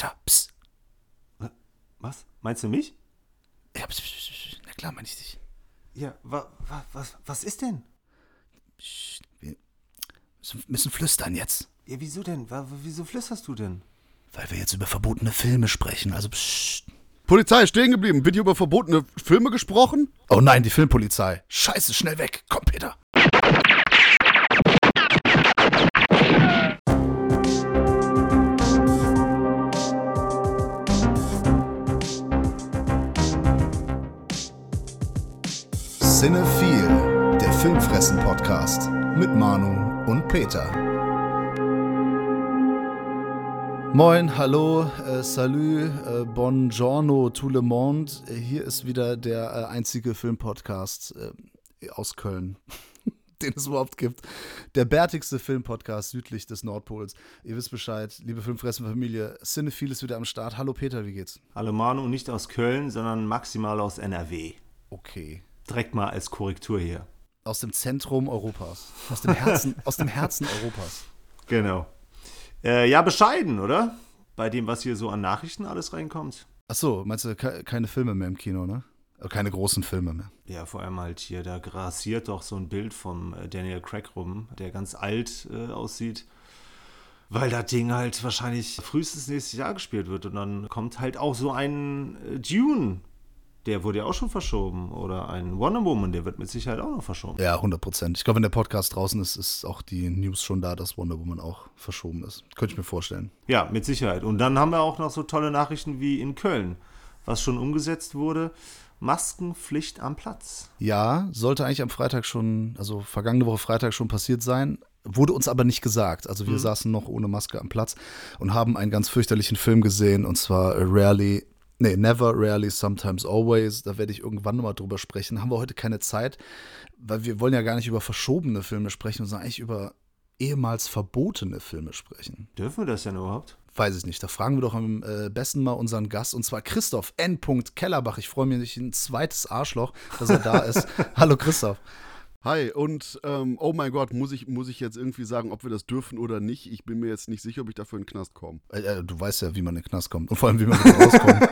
Peter, psst. Was? Meinst du mich? Ja, psst, psst, psst. Na klar, meine ich dich. Ja, was ist denn? Psst. Wir müssen flüstern jetzt. Ja, wieso denn? Wieso flüsterst du denn? Weil wir jetzt über verbotene Filme sprechen, also psst. Polizei, stehen geblieben. Wird hier über verbotene Filme gesprochen? Oh nein, die Filmpolizei. Scheiße, schnell weg. Komm, Peter. Cinephile, der Filmfressen-Podcast mit Manu und Peter. Moin, hallo, salut, buongiorno, tout le monde. Hier ist wieder der einzige Filmpodcast aus Köln, den es überhaupt gibt. Der bärtigste Filmpodcast südlich des Nordpols. Ihr wisst Bescheid, liebe Filmfressen-Familie, Cinephile ist wieder am Start. Hallo Peter, wie geht's? Hallo Manu, nicht aus Köln, sondern maximal aus NRW. Okay. Direkt mal als Korrektur hier. Aus dem Zentrum Europas. Aus dem Herzen Europas. Genau. Ja, bescheiden, oder? Bei dem, was hier so an Nachrichten alles reinkommt. Achso, meinst du keine Filme mehr im Kino, ne? Keine großen Filme mehr. Ja, vor allem halt hier, da grassiert doch so ein Bild vom Daniel Craig rum, der ganz alt aussieht. Weil das Ding halt wahrscheinlich frühestens nächstes Jahr gespielt wird. Und dann kommt halt auch so ein Dune. Der wurde ja auch schon verschoben. Oder ein Wonder Woman, der wird mit Sicherheit auch noch verschoben. Ja, 100%. Ich glaube, wenn der Podcast draußen ist, ist auch die News schon da, dass Wonder Woman auch verschoben ist. Könnte ich mir vorstellen. Ja, mit Sicherheit. Und dann haben wir auch noch so tolle Nachrichten wie in Köln, was schon umgesetzt wurde. Maskenpflicht am Platz. Ja, sollte eigentlich am Freitag schon, also vergangene Woche Freitag schon passiert sein. Wurde uns aber nicht gesagt. Also wir saßen noch ohne Maske am Platz und haben einen ganz fürchterlichen Film gesehen. Und zwar Never, Rarely, Sometimes, Always. Da werde ich irgendwann nochmal drüber sprechen. Haben wir heute keine Zeit, weil wir wollen ja gar nicht über verschobene Filme sprechen, sondern eigentlich über ehemals verbotene Filme sprechen. Dürfen wir das denn überhaupt? Weiß ich nicht. Da fragen wir doch am besten mal unseren Gast, und zwar Christoph N. Kellerbach. Ich freue mich ein zweites Arschloch, dass er da ist. Hallo Christoph. Hi, und oh mein Gott, muss ich jetzt irgendwie sagen, ob wir das dürfen oder nicht? Ich bin mir jetzt nicht sicher, ob ich dafür in den Knast komme. Du weißt ja, wie man in den Knast kommt und vor allem, wie man wieder rauskommt.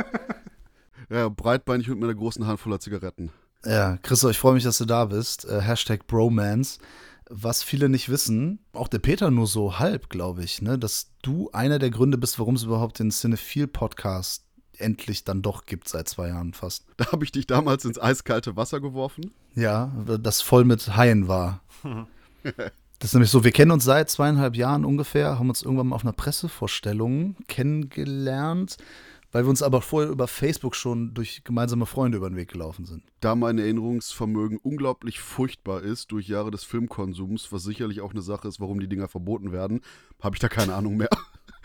Ja, breitbeinig und mit einer großen Hand voller Zigaretten. Ja, Christoph, ich freue mich, dass du da bist. Hashtag Bromance. Was viele nicht wissen, auch der Peter nur so halb, glaube ich, ne, dass du einer der Gründe bist, warum es überhaupt den Cinephile-Podcast endlich dann doch gibt, seit 2 Jahren fast. Da habe ich dich damals ins eiskalte Wasser geworfen. Ja, das voll mit Haien war. Das ist nämlich so, wir kennen uns seit 2,5 Jahren ungefähr, haben uns irgendwann mal auf einer Pressevorstellung kennengelernt, weil wir uns aber vorher über Facebook schon durch gemeinsame Freunde über den Weg gelaufen sind. Da mein Erinnerungsvermögen unglaublich furchtbar ist durch Jahre des Filmkonsums, was sicherlich auch eine Sache ist, warum die Dinger verboten werden, habe ich da keine Ahnung mehr.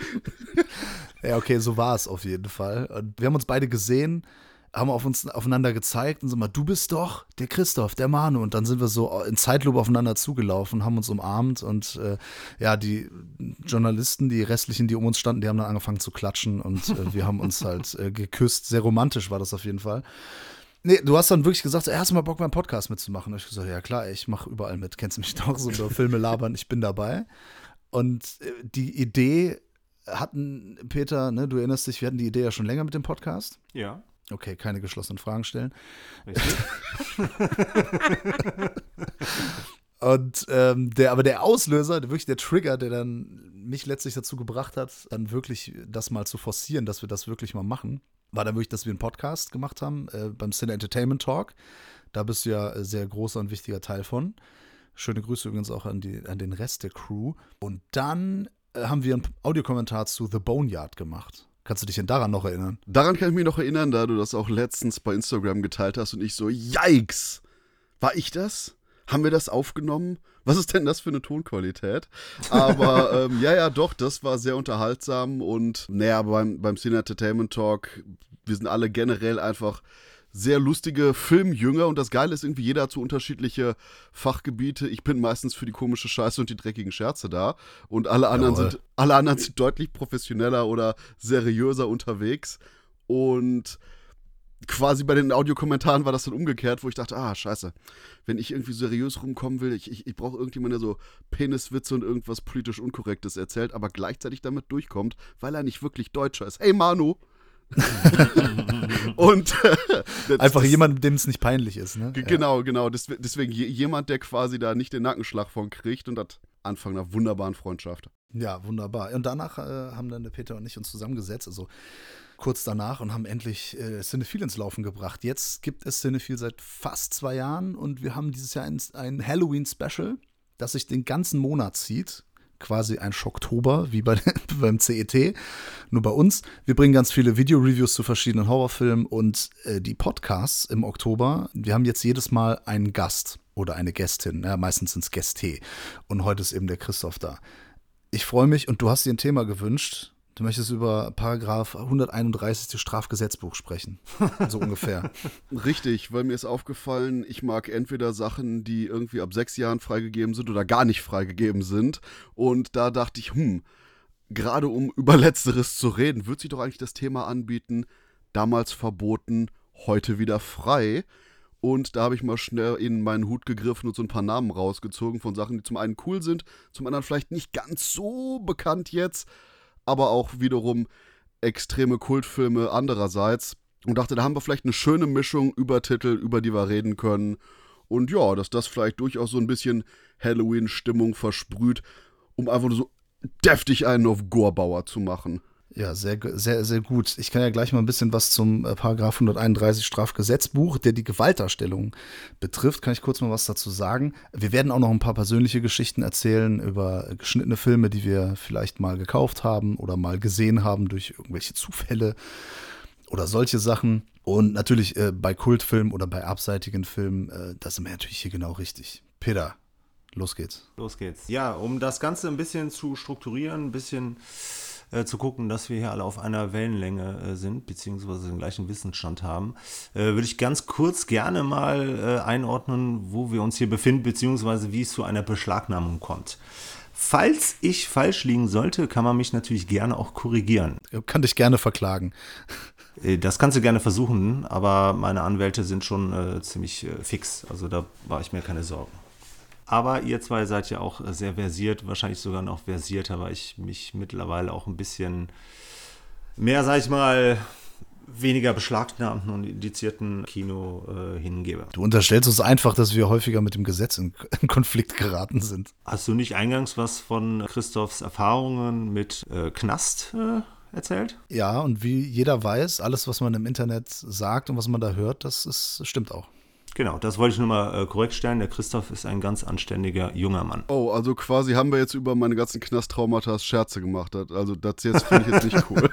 Ja, okay, so war es auf jeden Fall. Und wir haben uns beide gesehen, haben aufeinander gezeigt und so mal, du bist doch der Christoph, der Manu. Und dann sind wir so in Zeitlupe aufeinander zugelaufen, haben uns umarmt und die Journalisten, die restlichen, die um uns standen, die haben dann angefangen zu klatschen und wir haben uns halt geküsst. Sehr romantisch war das auf jeden Fall. Nee, du hast dann wirklich gesagt, hast du mal Bock, beim Podcast mitzumachen? Und ich gesagt, ja klar, ich mache überall mit. Kennst du mich doch, so über Filme labern, ich bin dabei. Und die Idee hatten, Peter, ne, du erinnerst dich, wir hatten die Idee ja schon länger mit dem Podcast. Ja. Okay, keine geschlossenen Fragen stellen. Richtig. Und der Auslöser, wirklich der Trigger, der dann mich letztlich dazu gebracht hat, dann wirklich das mal zu forcieren, dass wir das wirklich mal machen, war dann wirklich, dass wir einen Podcast gemacht haben beim Cine Entertainment Talk. Da bist du ja sehr großer und wichtiger Teil von. Schöne Grüße übrigens auch an den Rest der Crew. Und dann haben wir einen Audiokommentar zu The Boneyard gemacht. Kannst du dich denn daran noch erinnern? Daran kann ich mich noch erinnern, da du das auch letztens bei Instagram geteilt hast und ich so, yikes! War ich das? Haben wir das aufgenommen? Was ist denn das für eine Tonqualität? Aber doch, das war sehr unterhaltsam und beim Cine Entertainment Talk, wir sind alle generell einfach sehr lustige Filmjünger und das Geile ist irgendwie, jeder hat so unterschiedliche Fachgebiete. Ich bin meistens für die komische Scheiße und die dreckigen Scherze da und alle anderen sind deutlich professioneller oder seriöser unterwegs und quasi bei den Audiokommentaren war das dann umgekehrt, wo ich dachte, scheiße, wenn ich irgendwie seriös rumkommen will, ich brauche irgendjemanden, der so Peniswitze und irgendwas politisch Unkorrektes erzählt, aber gleichzeitig damit durchkommt, weil er nicht wirklich Deutscher ist. Hey Manu! Und einfach jemand, dem es nicht peinlich ist, ne? Genau. Deswegen jemand, der quasi da nicht den Nackenschlag von kriegt und das Anfang einer wunderbaren Freundschaft. Ja, wunderbar. Und danach haben dann der Peter und ich uns zusammengesetzt, also kurz danach, und haben endlich Cinephile ins Laufen gebracht. Jetzt gibt es Cinephile seit fast 2 Jahren und wir haben dieses Jahr ein Halloween-Special, das sich den ganzen Monat zieht. Quasi ein Schocktober, wie beim CET, nur bei uns. Wir bringen ganz viele Video-Reviews zu verschiedenen Horrorfilmen und die Podcasts im Oktober. Wir haben jetzt jedes Mal einen Gast oder eine Gästin, meistens sind es Gäste. Und heute ist eben der Christoph da. Ich freue mich und du hast dir ein Thema gewünscht. Du möchtest über Paragraph 131 des Strafgesetzbuchs sprechen, so ungefähr. Richtig, weil mir ist aufgefallen, ich mag entweder Sachen, die irgendwie ab 6 Jahren freigegeben sind oder gar nicht freigegeben sind. Und da dachte ich, gerade um über Letzteres zu reden, wird sich doch eigentlich das Thema anbieten, damals verboten, heute wieder frei. Und da habe ich mal schnell in meinen Hut gegriffen und so ein paar Namen rausgezogen von Sachen, die zum einen cool sind, zum anderen vielleicht nicht ganz so bekannt jetzt, aber auch wiederum extreme Kultfilme andererseits. Und dachte, da haben wir vielleicht eine schöne Mischung über Titel, über die wir reden können. Und ja, dass das vielleicht durchaus so ein bisschen Halloween-Stimmung versprüht, um einfach nur so deftig einen auf Gorbauer zu machen. Ja, sehr, sehr, sehr gut. Ich kann ja gleich mal ein bisschen was zum Paragraph 131 Strafgesetzbuch, der die Gewaltdarstellung betrifft, kann ich kurz mal was dazu sagen. Wir werden auch noch ein paar persönliche Geschichten erzählen über geschnittene Filme, die wir vielleicht mal gekauft haben oder mal gesehen haben durch irgendwelche Zufälle oder solche Sachen. Und natürlich bei Kultfilmen oder bei abseitigen Filmen, da sind wir natürlich hier genau richtig. Peter, los geht's. Los geht's. Ja, um das Ganze ein bisschen zu strukturieren, ein bisschen zu gucken, dass wir hier alle auf einer Wellenlänge sind, beziehungsweise den gleichen Wissensstand haben, würde ich ganz kurz gerne mal einordnen, wo wir uns hier befinden, beziehungsweise wie es zu einer Beschlagnahmung kommt. Falls ich falsch liegen sollte, kann man mich natürlich gerne auch korrigieren. Kann dich gerne verklagen. Das kannst du gerne versuchen, aber meine Anwälte sind schon ziemlich fix, also da mache ich mir keine Sorgen. Aber ihr zwei seid ja auch sehr versiert, wahrscheinlich sogar noch versierter, weil ich mich mittlerweile auch ein bisschen mehr, sag ich mal, weniger beschlagnahmten und indizierten Kino hingebe. Du unterstellst uns einfach, dass wir häufiger mit dem Gesetz in Konflikt geraten sind. Hast du nicht eingangs was von Christophs Erfahrungen mit Knast erzählt? Ja, und wie jeder weiß, alles, was man im Internet sagt und was man da hört, stimmt auch. Genau, das wollte ich nur mal korrekt stellen. Der Christoph ist ein ganz anständiger junger Mann. Oh, also quasi haben wir jetzt über meine ganzen Knasttraumata Scherze gemacht. Also das jetzt finde ich jetzt nicht cool.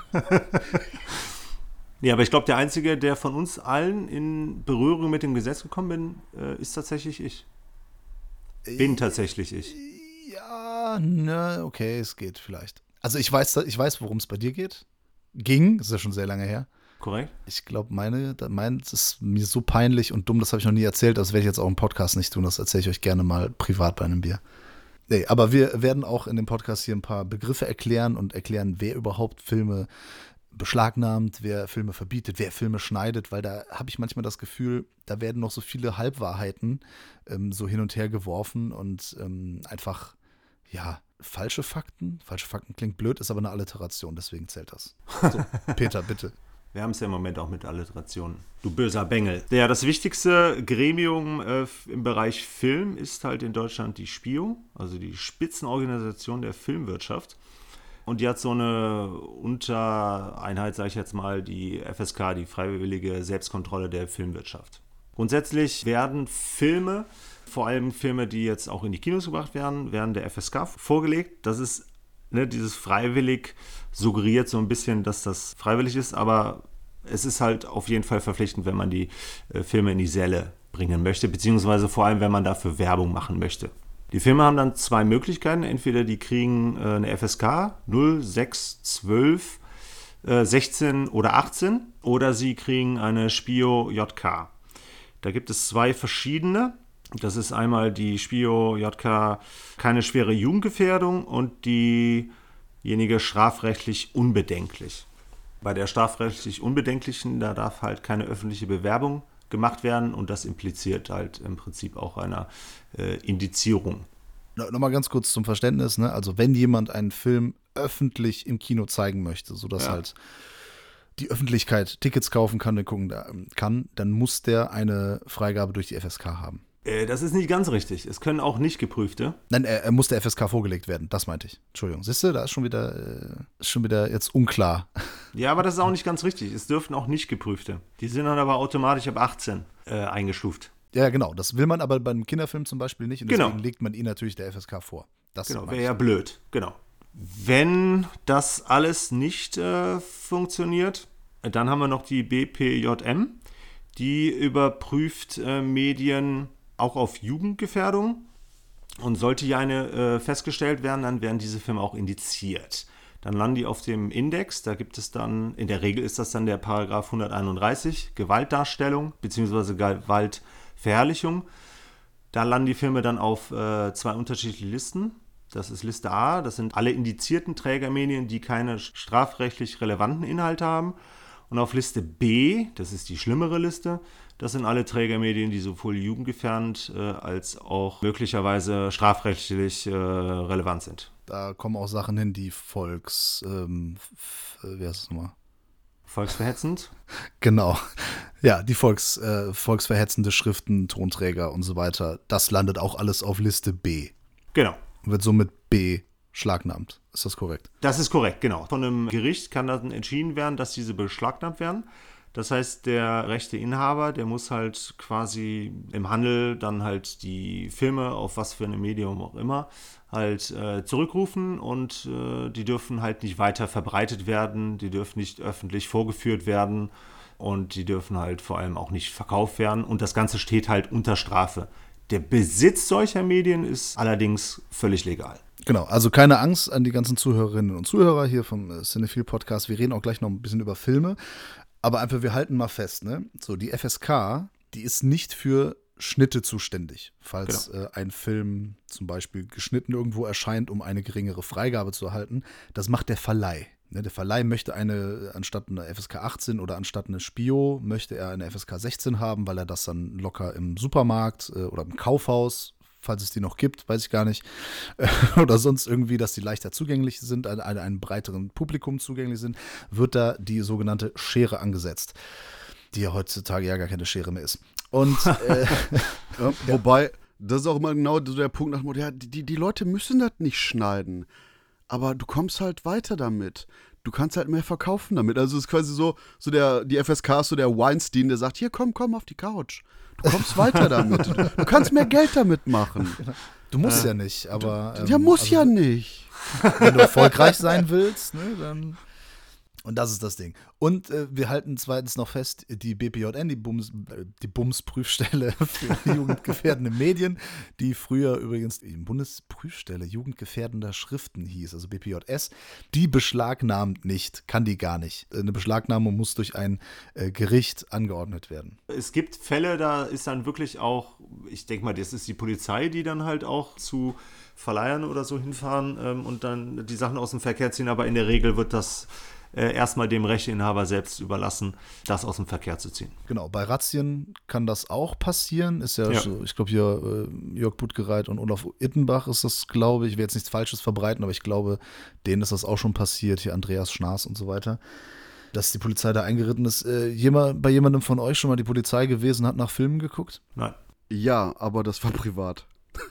Ja, aber ich glaube, der Einzige, der von uns allen in Berührung mit dem Gesetz gekommen bin, ist tatsächlich ich. Bin tatsächlich ich. Ja, ne, okay, es geht vielleicht. Also ich weiß, worum es bei dir geht. Ging, ist ja schon sehr lange her. Korrekt? Ich glaube, meins ist mir so peinlich und dumm, das habe ich noch nie erzählt, das werde ich jetzt auch im Podcast nicht tun, das erzähle ich euch gerne mal privat bei einem Bier. Nee, aber wir werden auch in dem Podcast hier ein paar Begriffe erklären und erklären, wer überhaupt Filme beschlagnahmt, wer Filme verbietet, wer Filme schneidet, weil da habe ich manchmal das Gefühl, da werden noch so viele Halbwahrheiten so hin und her geworfen und einfach, ja, falsche Fakten. Falsche Fakten klingt blöd, ist aber eine Alliteration, deswegen zählt das. So, Peter, bitte. Wir haben es ja im Moment auch mit Alliterationen. Du böser Bengel. Ja, das wichtigste Gremium im Bereich Film ist halt in Deutschland die SPIO, also die Spitzenorganisation der Filmwirtschaft. Und die hat so eine Untereinheit, sage ich jetzt mal, die FSK, die Freiwillige Selbstkontrolle der Filmwirtschaft. Grundsätzlich werden Filme, vor allem Filme, die jetzt auch in die Kinos gebracht werden, werden der FSK vorgelegt. Das ist dieses freiwillig suggeriert so ein bisschen, dass das freiwillig ist, aber es ist halt auf jeden Fall verpflichtend, wenn man die Filme in die Säle bringen möchte, beziehungsweise vor allem, wenn man dafür Werbung machen möchte. Die Filme haben dann 2 Möglichkeiten. Entweder die kriegen eine FSK 0, 6, 12, 16 oder 18 oder sie kriegen eine SPIO JK. Da gibt es 2 verschiedene. Das ist einmal die SPIO JK keine schwere Jugendgefährdung und diejenige strafrechtlich unbedenklich. Bei der strafrechtlich Unbedenklichen, da darf halt keine öffentliche Bewerbung gemacht werden und das impliziert halt im Prinzip auch einer Indizierung. Nochmal ganz kurz zum Verständnis, ne? Also wenn jemand einen Film öffentlich im Kino zeigen möchte, sodass halt die Öffentlichkeit Tickets kaufen kann und gucken kann, dann muss der eine Freigabe durch die FSK haben. Das ist nicht ganz richtig. Es können auch nicht Geprüfte. Nein, er muss der FSK vorgelegt werden, das meinte ich. Entschuldigung, siehst du, da ist schon wieder jetzt unklar. Ja, aber das ist auch nicht ganz richtig. Es dürfen auch nicht Geprüfte. Die sind dann aber automatisch ab 18 eingestuft. Ja, genau, das will man aber beim Kinderfilm zum Beispiel nicht und deswegen legt man ihn natürlich der FSK vor. Das genau, wäre ja blöd, genau. Wenn das alles nicht funktioniert, dann haben wir noch die BPJM, die überprüft Medien auch auf Jugendgefährdung. Und sollte ja eine festgestellt werden, dann werden diese Filme auch indiziert. Dann landen die auf dem Index, da gibt es dann, in der Regel ist das dann der Paragraph 131, Gewaltdarstellung bzw. Gewaltverherrlichung. Da landen die Filme dann auf 2 unterschiedliche Listen. Das ist Liste A, das sind alle indizierten Trägermedien, die keine strafrechtlich relevanten Inhalte haben. Und auf Liste B, das ist die schlimmere Liste, das sind alle Trägermedien, die sowohl jugendgefährdend als auch möglicherweise strafrechtlich relevant sind. Da kommen auch Sachen hin, die wie heißt es nochmal? Volksverhetzend? Genau. Ja, die volksverhetzende Schriften, Tonträger und so weiter, das landet auch alles auf Liste B. Genau. Und wird somit beschlagnahmt. Ist das korrekt? Das ist korrekt, genau. Von einem Gericht kann dann entschieden werden, dass diese beschlagnahmt werden. Das heißt, der Rechteinhaber, der muss halt quasi im Handel dann halt die Filme, auf was für ein Medium auch immer, halt zurückrufen und die dürfen halt nicht weiter verbreitet werden, die dürfen nicht öffentlich vorgeführt werden und die dürfen halt vor allem auch nicht verkauft werden und das Ganze steht halt unter Strafe. Der Besitz solcher Medien ist allerdings völlig legal. Genau, also keine Angst an die ganzen Zuhörerinnen und Zuhörer hier vom Cinephile Podcast. Wir reden auch gleich noch ein bisschen über Filme, aber einfach, wir halten mal fest, ne? So, die FSK, die ist nicht für Schnitte zuständig. Falls ein Film zum Beispiel geschnitten irgendwo erscheint, um eine geringere Freigabe zu erhalten, das macht der Verleih. Ne, der Verleih möchte anstatt einer FSK 18 oder anstatt eine Spio, möchte er eine FSK 16 haben, weil er das dann locker im Supermarkt oder im Kaufhaus, falls es die noch gibt, weiß ich gar nicht, oder sonst irgendwie, dass die leichter zugänglich sind, einem breiteren Publikum zugänglich sind, wird da die sogenannte Schere angesetzt, die ja heutzutage ja gar keine Schere mehr ist. Und ja, wobei, das ist auch immer genau so der Punkt nach dem Motto, ja, die Leute müssen das nicht schneiden. Aber du kommst halt weiter damit. Du kannst halt mehr verkaufen damit. Also es ist quasi die FSK ist so der Weinstein, der sagt, hier, komm auf die Couch. Du kommst weiter damit. Du kannst mehr Geld damit machen. Du musst ja nicht, aber... ja nicht. Wenn du erfolgreich sein willst, ne, dann... Und das ist das Ding. Und wir halten zweitens noch fest, die BPJN, die Bumsprüfstelle für jugendgefährdende Medien, die früher übrigens die Bundesprüfstelle jugendgefährdender Schriften hieß, also BPJS, die beschlagnahmt nicht, kann die gar nicht. Eine Beschlagnahmung muss durch ein Gericht angeordnet werden. Es gibt Fälle, da ist dann wirklich auch, ich denke mal, das ist die Polizei, die dann halt auch zu Verleihern oder so hinfahren und dann die Sachen aus dem Verkehr ziehen, aber in der Regel wird das erstmal dem Rechteinhaber selbst überlassen, das aus dem Verkehr zu ziehen. Genau, bei Razzien kann das auch passieren. Ist ja. So, ich glaube hier Jörg Buttgereit und Olaf Ittenbach ist das, glaube ich. Ich will jetzt nichts Falsches verbreiten, aber ich glaube, denen ist das auch schon passiert. Hier Andreas Schnaas und so weiter. Dass die Polizei da eingeritten ist. Bei jemandem von euch schon mal die Polizei gewesen, hat nach Filmen geguckt? Nein. Ja, aber das war privat.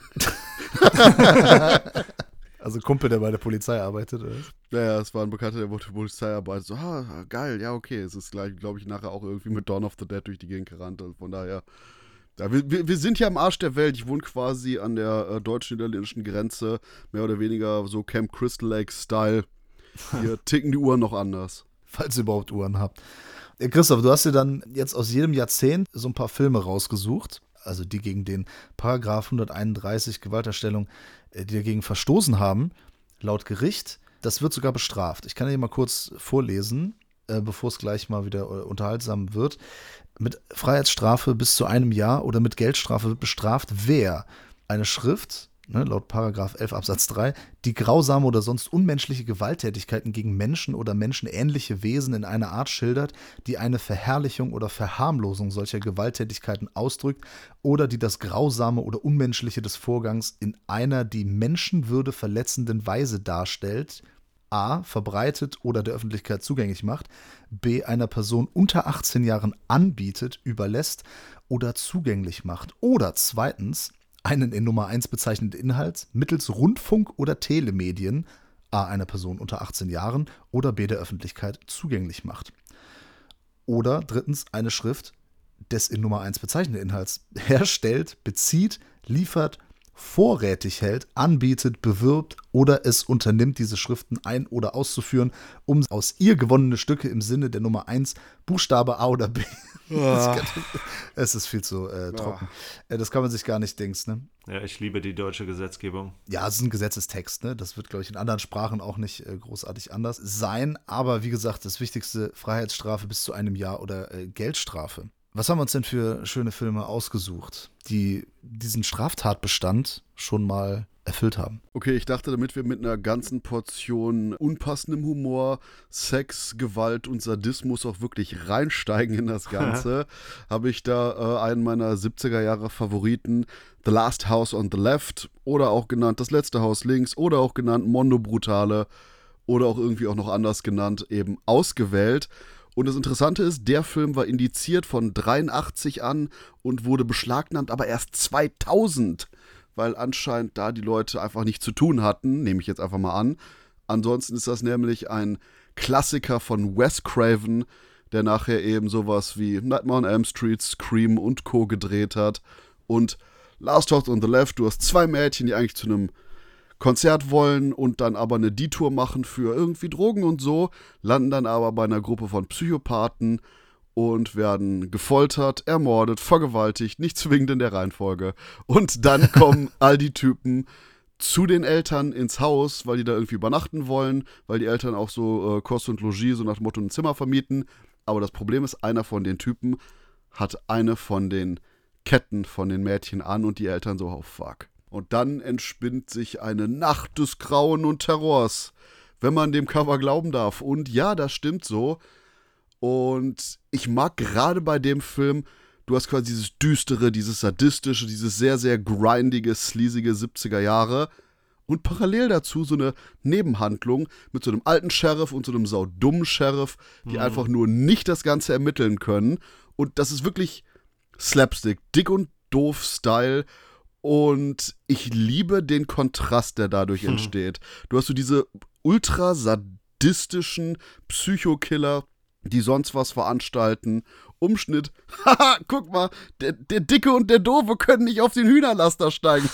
Also Kumpel, der bei der Polizei arbeitet, oder? Ja, es war ein Bekannter, der bei der Polizei arbeitet. So, geil, ja, okay. Es ist gleich, glaube ich, nachher auch irgendwie mit Dawn of the Dead durch die Gegend gerannt. Also von daher, wir sind ja am Arsch der Welt. Ich wohne quasi an der deutsch-niederländischen Grenze, mehr oder weniger so Camp Crystal Lake-Style. Hier ticken die Uhren noch anders. Falls ihr überhaupt Uhren habt. Christoph, du hast dir dann jetzt aus jedem Jahrzehnt so ein paar Filme rausgesucht, also die gegen den Paragraph 131 Gewalterstellung, die dagegen verstoßen haben, laut Gericht. Das wird sogar bestraft. Ich kann dir mal kurz vorlesen, bevor es gleich mal wieder unterhaltsam wird. Mit Freiheitsstrafe bis zu 1 Jahr oder mit Geldstrafe wird bestraft, wer eine Schrift, ne, laut Paragraph 11 Absatz 3, die grausame oder sonst unmenschliche Gewalttätigkeiten gegen Menschen oder menschenähnliche Wesen in einer Art schildert, die eine Verherrlichung oder Verharmlosung solcher Gewalttätigkeiten ausdrückt oder die das Grausame oder Unmenschliche des Vorgangs in einer die Menschenwürde verletzenden Weise darstellt, a. verbreitet oder der Öffentlichkeit zugänglich macht, b. einer Person unter 18 Jahren anbietet, überlässt oder zugänglich macht oder zweitens einen in Nummer 1 bezeichneten Inhalt mittels Rundfunk oder Telemedien a. einer Person unter 18 Jahren oder b. der Öffentlichkeit zugänglich macht. Oder drittens eine Schrift des in Nummer 1 bezeichneten Inhalts herstellt, bezieht, liefert, vorrätig hält, anbietet, bewirbt oder es unternimmt, diese Schriften ein- oder auszuführen, um aus ihr gewonnene Stücke im Sinne der Nummer 1 Buchstabe A oder B. Es ist viel zu trocken. Das kann man sich gar nicht denken, ne? Ja, ich liebe die deutsche Gesetzgebung. Ja, es ist ein Gesetzestext, ne? Das wird, glaube ich, in anderen Sprachen auch nicht großartig anders sein. Aber wie gesagt, das Wichtigste, Freiheitsstrafe bis zu 1 Jahr oder Geldstrafe. Was haben wir uns denn für schöne Filme ausgesucht, die diesen Straftatbestand schon mal erfüllt haben? Okay, ich dachte, damit wir mit einer ganzen Portion unpassendem Humor, Sex, Gewalt und Sadismus auch wirklich reinsteigen in das Ganze, habe ich da einen meiner 70er Jahre Favoriten, The Last House on the Left oder auch genannt Das letzte Haus links oder auch genannt Mondo Brutale oder auch irgendwie auch noch anders genannt, eben ausgewählt. Und das Interessante ist, der Film war indiziert von 83 an und wurde beschlagnahmt, aber erst 2000, weil anscheinend da die Leute einfach nichts zu tun hatten, nehme ich jetzt einfach mal an. Ansonsten ist das nämlich ein Klassiker von Wes Craven, der nachher eben sowas wie Nightmare on Elm Street, Scream und Co. gedreht hat. Und Last House on the Left, du hast 2 Mädchen, die eigentlich zu einem Konzert wollen und dann aber eine Detour machen für irgendwie Drogen und so, landen dann aber bei einer Gruppe von Psychopathen und werden gefoltert, ermordet, vergewaltigt, nicht zwingend in der Reihenfolge. Und dann kommen all die Typen zu den Eltern ins Haus, weil die da irgendwie übernachten wollen, weil die Eltern auch so Kost und Logis so nach dem Motto ein Zimmer vermieten. Aber das Problem ist, einer von den Typen hat eine von den Ketten von den Mädchen an und die Eltern so, oh fuck. Und dann entspinnt sich eine Nacht des Grauen und Terrors, wenn man dem Cover glauben darf. Und ja, das stimmt so. Und ich mag gerade bei dem Film, du hast quasi dieses Düstere, dieses Sadistische, dieses sehr, sehr grindige, sleasige 70er Jahre. Und parallel dazu so eine Nebenhandlung mit so einem alten Sheriff und so einem saudummen Sheriff, die einfach nur nicht das Ganze ermitteln können. Und das ist wirklich Slapstick, dick und doof Style. Und ich liebe den Kontrast, der dadurch entsteht. Du hast so diese ultra sadistischen Psychokiller, die sonst was veranstalten. Umschnitt, haha, guck mal, der Dicke und der Doofe können nicht auf den Hühnerlaster steigen.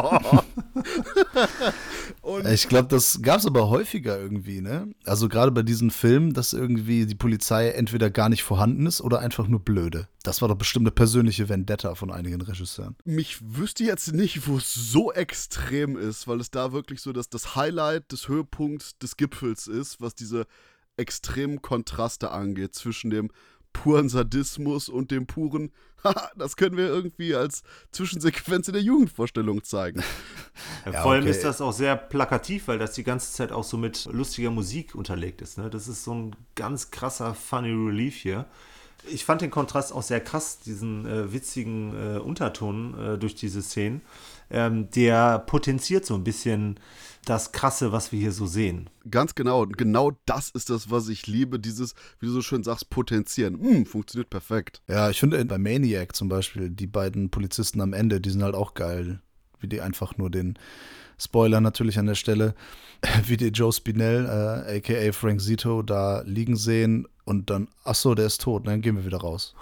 Und ich glaube, das gab es aber häufiger irgendwie, ne? Also gerade bei diesen Filmen, dass irgendwie die Polizei entweder gar nicht vorhanden ist oder einfach nur blöde. Das war doch bestimmt eine persönliche Vendetta von einigen Regisseuren. Mich wüsste jetzt nicht, wo es so extrem ist, weil es da wirklich so das Highlight des Höhepunkts des Gipfels ist, was diese extremen Kontraste angeht zwischen dem puren Sadismus und dem puren, haha, das können wir irgendwie als Zwischensequenz in der Jugendvorstellung zeigen. Ja, vor allem ist das auch sehr plakativ, weil das die ganze Zeit auch so mit lustiger Musik unterlegt ist. Ne? Das ist so ein ganz krasser Funny Relief hier. Ich fand den Kontrast auch sehr krass, diesen witzigen Unterton durch diese Szenen. Der potenziert so ein bisschen das Krasse, was wir hier so sehen. Ganz genau. Und genau das ist das, was ich liebe. Dieses, wie du so schön sagst, potenzieren. Funktioniert perfekt. Ja, ich finde bei Maniac zum Beispiel, die beiden Polizisten am Ende, die sind halt auch geil. Wie die einfach nur den Spoiler natürlich an der Stelle, wie die Joe Spinell, a.k.a. Frank Zito, da liegen sehen und dann, ach so, der ist tot, dann gehen wir wieder raus.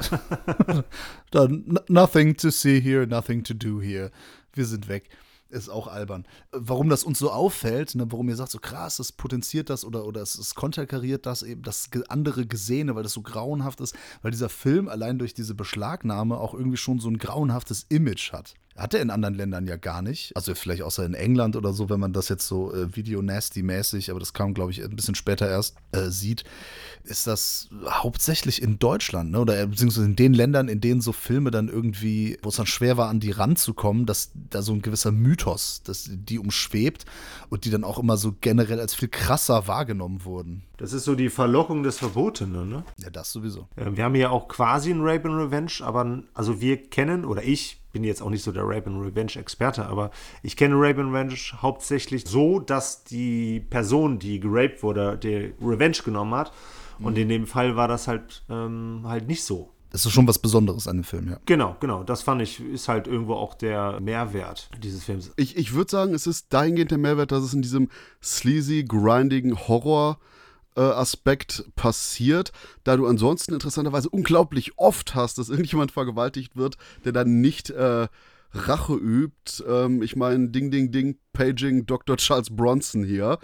Dann, nothing to see here, nothing to do here. Wir sind weg. Ist auch albern. Warum das uns so auffällt, ne, warum ihr sagt, so krass, das potenziert das oder es konterkariert das eben, das andere Gesehene, weil das so grauenhaft ist, weil dieser Film allein durch diese Beschlagnahme auch irgendwie schon so ein grauenhaftes Image hat. Hat er in anderen Ländern ja gar nicht. Also vielleicht außer in England oder so, wenn man das jetzt so Video-Nasty-mäßig, aber das kam, glaube ich, ein bisschen später erst sieht, ist das hauptsächlich in Deutschland, ne? Oder beziehungsweise in den Ländern, in denen so Filme dann irgendwie, wo es dann schwer war, an die ranzukommen, dass da so ein gewisser Mythos, dass die umschwebt und die dann auch immer so generell als viel krasser wahrgenommen wurden. Das ist so die Verlockung des Verbotenen, ne? Ja, das sowieso. Wir haben ja auch quasi ein Rape and Revenge, aber also wir kennen, oder ich bin jetzt auch nicht so der Rape and Revenge Experte, aber ich kenne Rape and Revenge hauptsächlich so, dass die Person, die geraped wurde, die Revenge genommen hat. Und in dem Fall war das halt nicht so. Das ist schon was Besonderes an dem Film, ja. Genau. Das fand ich, ist halt irgendwo auch der Mehrwert dieses Films. Ich würde sagen, es ist dahingehend der Mehrwert, dass es in diesem sleazy, grindigen Horror Aspekt passiert, da du ansonsten interessanterweise unglaublich oft hast, dass irgendjemand vergewaltigt wird, der dann nicht Rache übt. Ich meine, Ding, Ding, Ding, Paging Dr. Charles Bronson hier,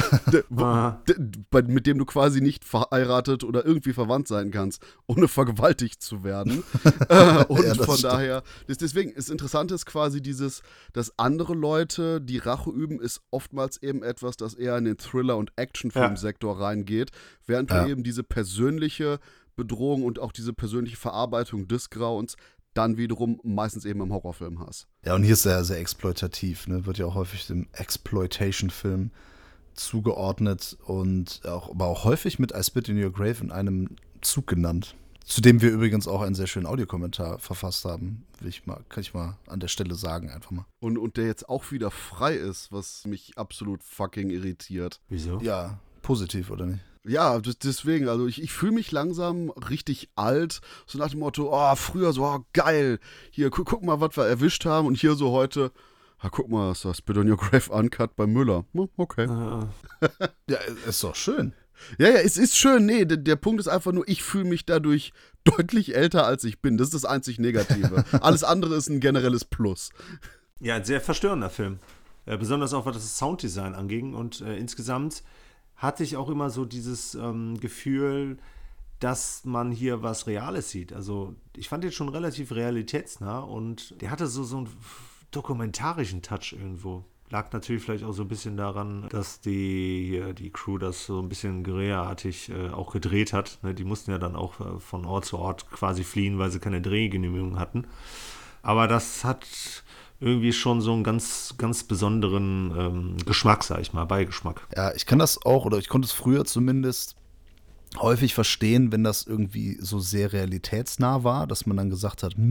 mit dem du quasi nicht verheiratet oder irgendwie verwandt sein kannst, ohne vergewaltigt zu werden. Und ja, von stimmt. Daher, deswegen, das Interessante ist quasi dass andere Leute, die Rache üben, ist oftmals eben etwas, das eher in den Thriller- und Actionfilmsektor reingeht, während du eben diese persönliche Bedrohung und auch diese persönliche Verarbeitung des Grauens dann wiederum meistens eben im Horrorfilm hast. Ja, und hier ist er sehr exploitativ, ne? Wird ja auch häufig dem Exploitation-Film zugeordnet und aber auch häufig mit I Spit in Your Grave in einem Zug genannt. Zu dem wir übrigens auch einen sehr schönen Audiokommentar verfasst haben. Kann ich mal an der Stelle sagen, einfach mal. Und der jetzt auch wieder frei ist, was mich absolut fucking irritiert. Wieso? Ja, positiv, oder nicht? Ja, deswegen, also ich fühle mich langsam richtig alt, so nach dem Motto, oh, früher so, oh, geil, hier, guck mal, was wir erwischt haben und hier so heute, guck mal, ist das Spit on Your Grave Uncut bei Müller. Okay. Ja, ist doch schön. Ja, es ist schön, nee, der Punkt ist einfach nur, ich fühle mich dadurch deutlich älter, als ich bin, das ist das einzig Negative. Alles andere ist ein generelles Plus. Ja, ein sehr verstörender Film, besonders auch was das Sounddesign anging und insgesamt hatte ich auch immer so dieses Gefühl, dass man hier was Reales sieht. Also ich fand den schon relativ realitätsnah und der hatte so einen dokumentarischen Touch irgendwo. Lag natürlich vielleicht auch so ein bisschen daran, dass die Crew das so ein bisschen guerillaartig auch gedreht hat. Ne? Die mussten ja dann auch von Ort zu Ort quasi fliehen, weil sie keine Drehgenehmigung hatten. Aber das hat irgendwie schon so einen ganz, ganz besonderen Geschmack, sag ich mal, Beigeschmack. Ja, ich kann das auch, oder ich konnte es früher zumindest häufig verstehen, wenn das irgendwie so sehr realitätsnah war, dass man dann gesagt hat,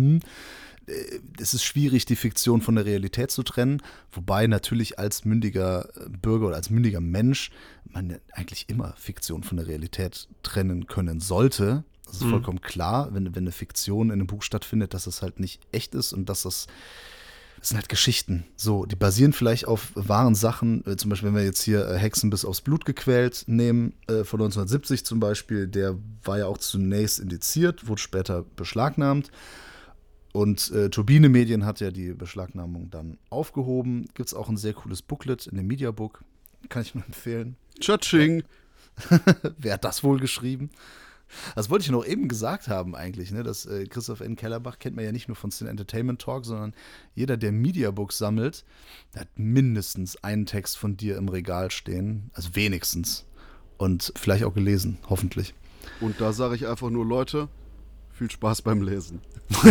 es ist schwierig, die Fiktion von der Realität zu trennen, wobei natürlich als mündiger Bürger oder als mündiger Mensch man eigentlich immer Fiktion von der Realität trennen können sollte. Das ist vollkommen klar, wenn eine Fiktion in einem Buch stattfindet, dass es halt nicht echt ist und dass das sind halt Geschichten. So, die basieren vielleicht auf wahren Sachen. Zum Beispiel, wenn wir jetzt hier Hexen bis aufs Blut gequält nehmen, von 1970 zum Beispiel, der war ja auch zunächst indiziert, wurde später beschlagnahmt. Und Turbine Medien hat ja die Beschlagnahmung dann aufgehoben. Gibt es auch ein sehr cooles Booklet in dem Mediabook. Kann ich nur empfehlen. Tschatsching. Wer hat das wohl geschrieben? Das wollte ich noch eben gesagt haben eigentlich, ne? Dass Christoph N. Kellerbach kennt man ja nicht nur von Sin Entertainment Talk, sondern jeder, der Mediabooks sammelt, der hat mindestens einen Text von dir im Regal stehen, also wenigstens. Und vielleicht auch gelesen, hoffentlich. Und da sage ich einfach nur, Leute, viel Spaß beim Lesen.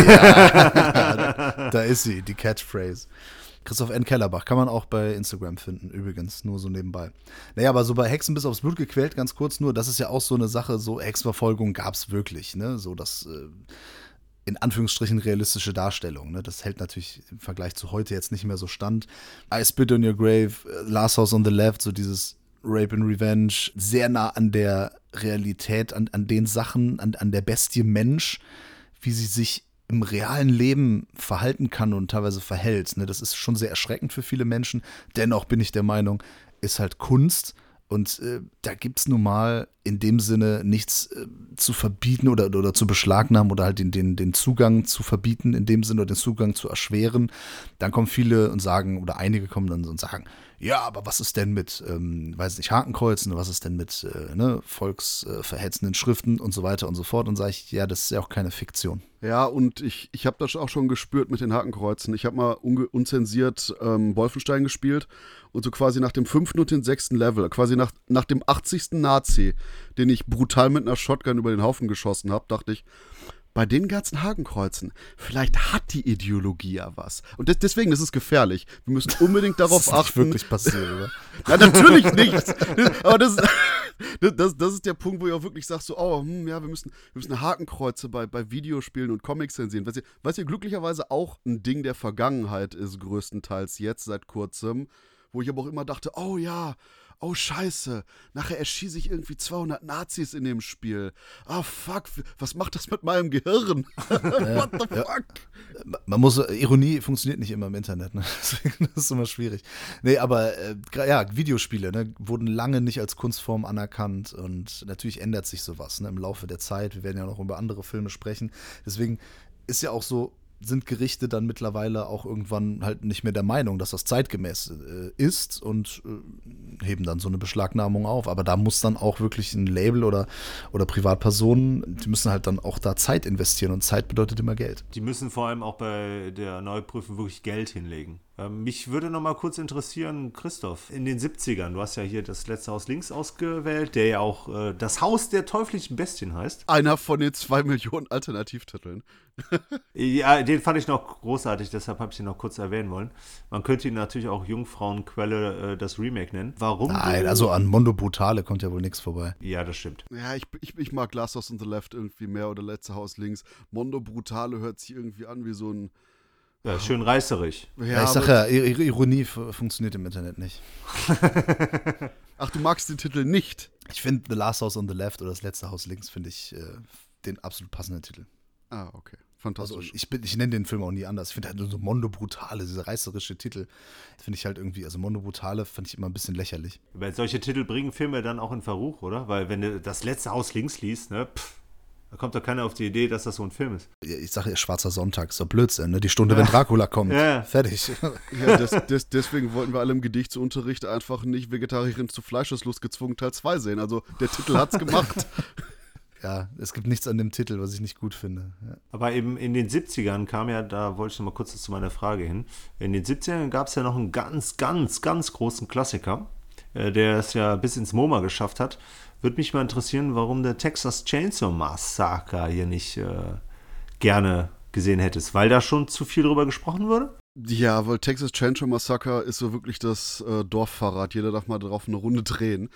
Ja, da ist sie, die Catchphrase. Christoph N. Kellerbach kann man auch bei Instagram finden, übrigens, nur so nebenbei. Naja, aber so bei Hexen bis aufs Blut gequält, ganz kurz nur, das ist ja auch so eine Sache, so Hexenverfolgung gab es wirklich, ne, so das in Anführungsstrichen realistische Darstellung, ne, das hält natürlich im Vergleich zu heute jetzt nicht mehr so stand. I Spit on Your Grave, Last House on the Left, so dieses Rape and Revenge, sehr nah an der Realität, an den Sachen, an der Bestie Mensch, wie sie sich im realen Leben verhalten kann und teilweise verhält. Ne? Das ist schon sehr erschreckend für viele Menschen. Dennoch bin ich der Meinung, ist halt Kunst und da gibt es nun mal in dem Sinne nichts zu verbieten oder zu beschlagnahmen oder halt den Zugang zu verbieten in dem Sinne oder den Zugang zu erschweren. Dann kommen viele und sagen, oder einige kommen dann so und sagen, ja, aber was ist denn mit, weiß nicht, Hakenkreuzen, was ist denn mit volksverhetzenden Schriften und so weiter und so fort. Und sage ich, ja, das ist ja auch keine Fiktion. Ja, und ich habe das auch schon gespürt mit den Hakenkreuzen. Ich habe mal unzensiert Wolfenstein gespielt und so quasi nach dem 5. und dem 6. Level, quasi nach dem 80. Nazi, den ich brutal mit einer Shotgun über den Haufen geschossen habe, dachte ich, bei den ganzen Hakenkreuzen, vielleicht hat die Ideologie ja was. Und deswegen, das ist gefährlich. Wir müssen unbedingt darauf achten. Das ist nicht wirklich passiert, oder? Ja, natürlich nicht. Aber das ist der Punkt, wo ich auch wirklich sage, so, wir müssen Hakenkreuze bei Videospielen und Comics zensieren. Was hier glücklicherweise auch ein Ding der Vergangenheit ist, größtenteils jetzt, seit kurzem. Wo ich aber auch immer dachte, oh ja, oh scheiße, nachher erschieße ich irgendwie 200 Nazis in dem Spiel. Ah fuck, was macht das mit meinem Gehirn? What the fuck? Ironie funktioniert nicht immer im Internet, ne? Deswegen ist es immer schwierig. Nee, aber Videospiele, ne, wurden lange nicht als Kunstform anerkannt und natürlich ändert sich sowas, ne, im Laufe der Zeit. Wir werden ja noch über andere Filme sprechen. Deswegen ist ja auch so, sind Gerichte dann mittlerweile auch irgendwann halt nicht mehr der Meinung, dass das zeitgemäß ist und heben dann so eine Beschlagnahmung auf. Aber da muss dann auch wirklich ein Label oder Privatpersonen, die müssen halt dann auch da Zeit investieren und Zeit bedeutet immer Geld. Die müssen vor allem auch bei der Neuprüfung wirklich Geld hinlegen. Mich würde noch mal kurz interessieren, Christoph, in den 70ern, du hast ja hier das letzte Haus links ausgewählt, der ja auch das Haus der teuflischen Bestien heißt. Einer von den 2 Millionen Alternativtiteln. Ja, den fand ich noch großartig, deshalb habe ich ihn noch kurz erwähnen wollen. Man könnte ihn natürlich auch Jungfrauenquelle das Remake nennen. Warum? Nein, also an Mondo Brutale kommt ja wohl nichts vorbei. Ja, das stimmt. Ja, ich mag Last House on the Left irgendwie mehr oder Letzte Haus links. Mondo Brutale hört sich irgendwie an wie so ein... Ja, schön reißerig. Ja, ich sag ja, Ironie funktioniert im Internet nicht. Ach, du magst den Titel nicht? Ich finde The Last House on the Left oder Das letzte Haus links finde ich den absolut passenden Titel. Ah, okay. Fantastisch. Also ich nenne den Film auch nie anders. Ich finde halt so Mondo Brutale, dieser reißerische Titel, finde ich halt irgendwie, also Mondo Brutale fand ich immer ein bisschen lächerlich. Weil solche Titel bringen Filme dann auch in Verruch, oder? Weil wenn du Das letzte Haus links liest, ne, da kommt doch keiner auf die Idee, dass das so ein Film ist. Ich sage ja, Schwarzer Sonntag, ist doch Blödsinn, ne? Die Stunde, wenn Dracula kommt. Ja. Fertig. Ja, deswegen wollten wir alle im Gedichtsunterricht einfach nicht Vegetarierin zu Fleischeslust gezwungen Teil 2 sehen. Also der Titel hat's gemacht. Ja, es gibt nichts an dem Titel, was ich nicht gut finde. Ja. Aber eben in den 70ern kam ja, da wollte ich noch mal kurz zu meiner Frage hin, in den 70ern gab es ja noch einen ganz, ganz, ganz großen Klassiker, der es ja bis ins MoMA geschafft hat. Würde mich mal interessieren, warum der Texas Chainsaw Massacre hier nicht gerne gesehen hättest, weil da schon zu viel drüber gesprochen wurde? Ja, weil Texas Chainsaw Massacre ist so wirklich das Dorffahrrad. Jeder darf mal drauf eine Runde drehen.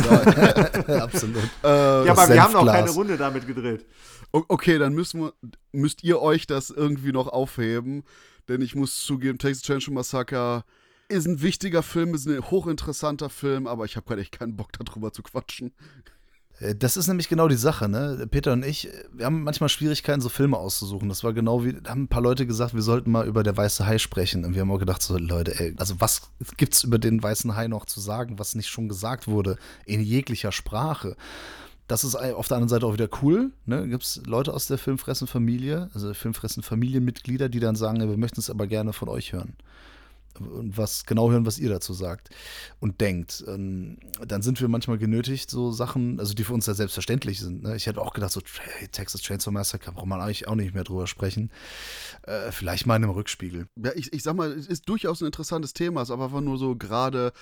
Absolut. Ja, aber wir haben noch keine Runde damit gedreht. Okay, dann müsst ihr euch das irgendwie noch aufheben, denn ich muss zugeben, Texas Chainsaw Massacre ist ein wichtiger Film, ist ein hochinteressanter Film, aber ich habe gerade echt keinen Bock, darüber zu quatschen. Das ist nämlich genau die Sache, ne? Peter und ich, wir haben manchmal Schwierigkeiten, so Filme auszusuchen. Das war genau wie, da haben ein paar Leute gesagt, wir sollten mal über Der Weiße Hai sprechen. Und wir haben auch gedacht, so Leute, also was gibt's über den Weißen Hai noch zu sagen, was nicht schon gesagt wurde, in jeglicher Sprache? Das ist auf der anderen Seite auch wieder cool, ne? Gibt's Leute aus der Filmfressen-Familie, also Filmfressen-Familienmitglieder, die dann sagen, ja, wir möchten es aber gerne von euch hören. Und genau hören, was ihr dazu sagt und denkt. Dann sind wir manchmal genötigt, so Sachen, also die für uns ja selbstverständlich sind. Ne? Ich hätte auch gedacht, so hey, Texas Chainsaw Massacre, braucht man eigentlich auch nicht mehr drüber sprechen. Vielleicht mal in einem Rückspiegel. Ja, ich sag mal, es ist durchaus ein interessantes Thema, ist aber einfach nur so gerade,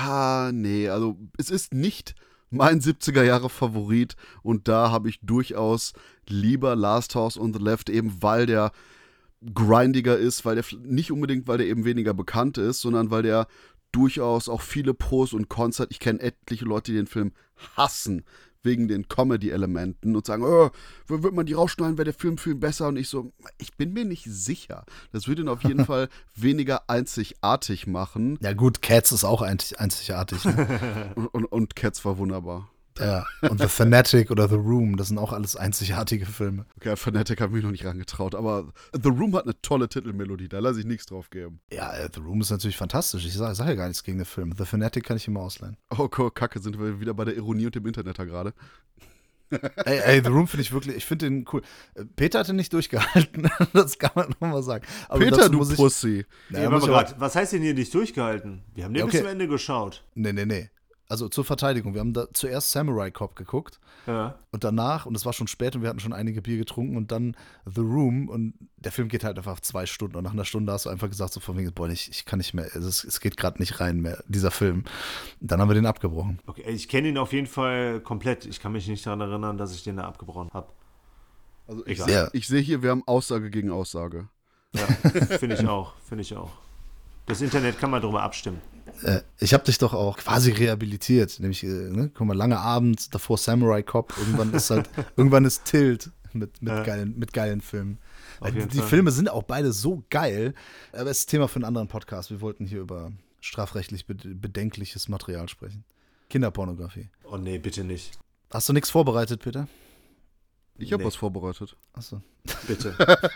also es ist nicht mein 70er-Jahre-Favorit und da habe ich durchaus lieber Last House on the Left, eben weil der grindiger ist, nicht unbedingt, weil der eben weniger bekannt ist, sondern weil der durchaus auch viele Pros und Cons hat. Ich kenne etliche Leute, die den Film hassen, wegen den Comedy-Elementen und sagen, würde man die rausschneiden, wäre der Film viel besser. Und ich so, ich bin mir nicht sicher. Das würde ihn auf jeden Fall weniger einzigartig machen. Ja gut, Cats ist auch einzigartig. Ne? und Cats war wunderbar. Ja, und The Fanatic oder The Room, das sind auch alles einzigartige Filme. Okay, Fanatic habe ich mich noch nicht rangetraut, aber The Room hat eine tolle Titelmelodie, da lasse ich nichts drauf geben. Ja, The Room ist natürlich fantastisch, ich sage ja gar nichts gegen den Film. The Fanatic kann ich immer ausleihen. Oh, Kacke, sind wir wieder bei der Ironie und dem Internet da gerade. Ey, The Room finde ich wirklich, ich finde den cool. Peter hatte nicht durchgehalten, das kann man nochmal sagen. Aber Peter, dazu du muss ich, Pussy. Ja, aber grad, was heißt denn hier nicht durchgehalten? Wir haben den bis Okay. zum Ende geschaut. Nee. Also zur Verteidigung, wir haben da zuerst Samurai Cop geguckt Ja. und danach, und es war schon spät und wir hatten schon einige Bier getrunken und dann The Room und der Film geht halt einfach 2 Stunden und nach einer Stunde hast du einfach gesagt so von wegen, boah, ich kann nicht mehr, es geht gerade nicht rein mehr, dieser Film. Und dann haben wir den abgebrochen. Okay, ich kenne ihn auf jeden Fall komplett. Ich kann mich nicht daran erinnern, dass ich den da abgebrochen habe. Also Egal. ich sehe hier, wir haben Aussage gegen Aussage. Ja, finde ich auch. Das Internet kann man drüber abstimmen. Ich habe dich doch auch quasi rehabilitiert, nämlich, guck mal, lange Abend, davor Samurai Cop, irgendwann ist Tilt mit geilen Filmen. Auf jeden Die Fall. Filme sind auch beide so geil, aber es ist Thema für einen anderen Podcast. Wir wollten hier über strafrechtlich bedenkliches Material sprechen. Kinderpornografie. Oh nee, bitte nicht. Hast du nichts vorbereitet, Peter? Ich habe Nee. was vorbereitet. Achso. Bitte.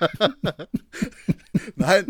Nein.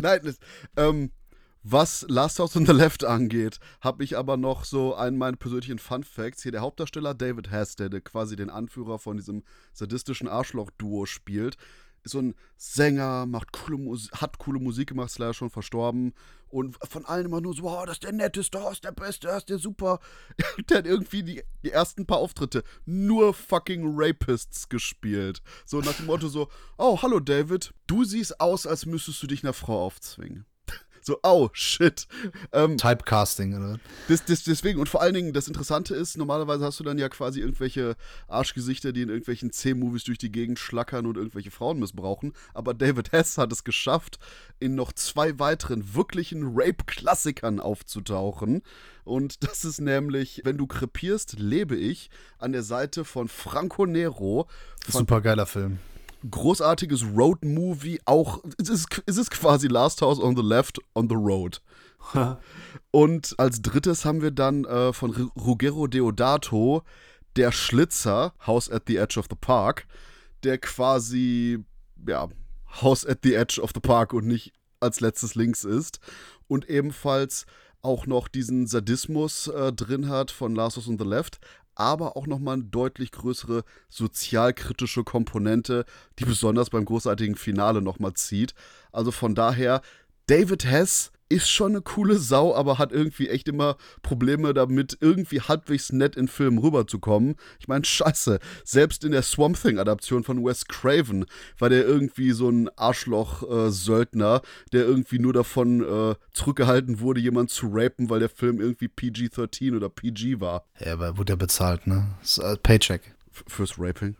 Was Last House on the Left angeht, habe ich aber noch so einen meiner persönlichen Fun Facts. Hier der Hauptdarsteller David Hess, der quasi den Anführer von diesem sadistischen Arschloch-Duo spielt, ist so ein Sänger, hat coole Musik gemacht, ist leider schon verstorben. Und von allen immer nur so, wow, das ist der Netteste, das ist der Beste, das ist der Super. Der hat irgendwie die ersten paar Auftritte nur fucking Rapists gespielt. So nach dem Motto so, oh, hallo David, du siehst aus, als müsstest du dich einer Frau aufzwingen. So, oh, shit. Typecasting, oder? Deswegen, und vor allen Dingen, das Interessante ist, normalerweise hast du dann ja quasi irgendwelche Arschgesichter, die in irgendwelchen C-Movies durch die Gegend schlackern und irgendwelche Frauen missbrauchen. Aber David Hess hat es geschafft, in noch 2 weiteren wirklichen Rape-Klassikern aufzutauchen. Und das ist nämlich, wenn du krepierst, lebe ich, an der Seite von Franco Nero. Super geiler Film. Großartiges Road-Movie, auch, es ist quasi Last House on the Left on the Road. Und als drittes haben wir dann von Ruggero Deodato, Der Schlitzer, House at the Edge of the Park, der quasi, ja, House at the Edge of the Park und nicht als letztes links ist. Und ebenfalls auch noch diesen Sadismus drin hat von Last House on the Left, aber auch nochmal eine deutlich größere sozialkritische Komponente, die besonders beim großartigen Finale nochmal zieht. Also von daher, David Hess ist schon eine coole Sau, aber hat irgendwie echt immer Probleme damit, irgendwie halbwegs nett in Filmen rüberzukommen. Ich meine, scheiße, selbst in der Swamp Thing-Adaption von Wes Craven war der irgendwie so ein Arschloch-Söldner, der irgendwie nur davon zurückgehalten wurde, jemanden zu rapen, weil der Film irgendwie PG-13 oder PG war. Ja, aber wurde ja bezahlt, ne? Das ist, Paycheck. Fürs Raping.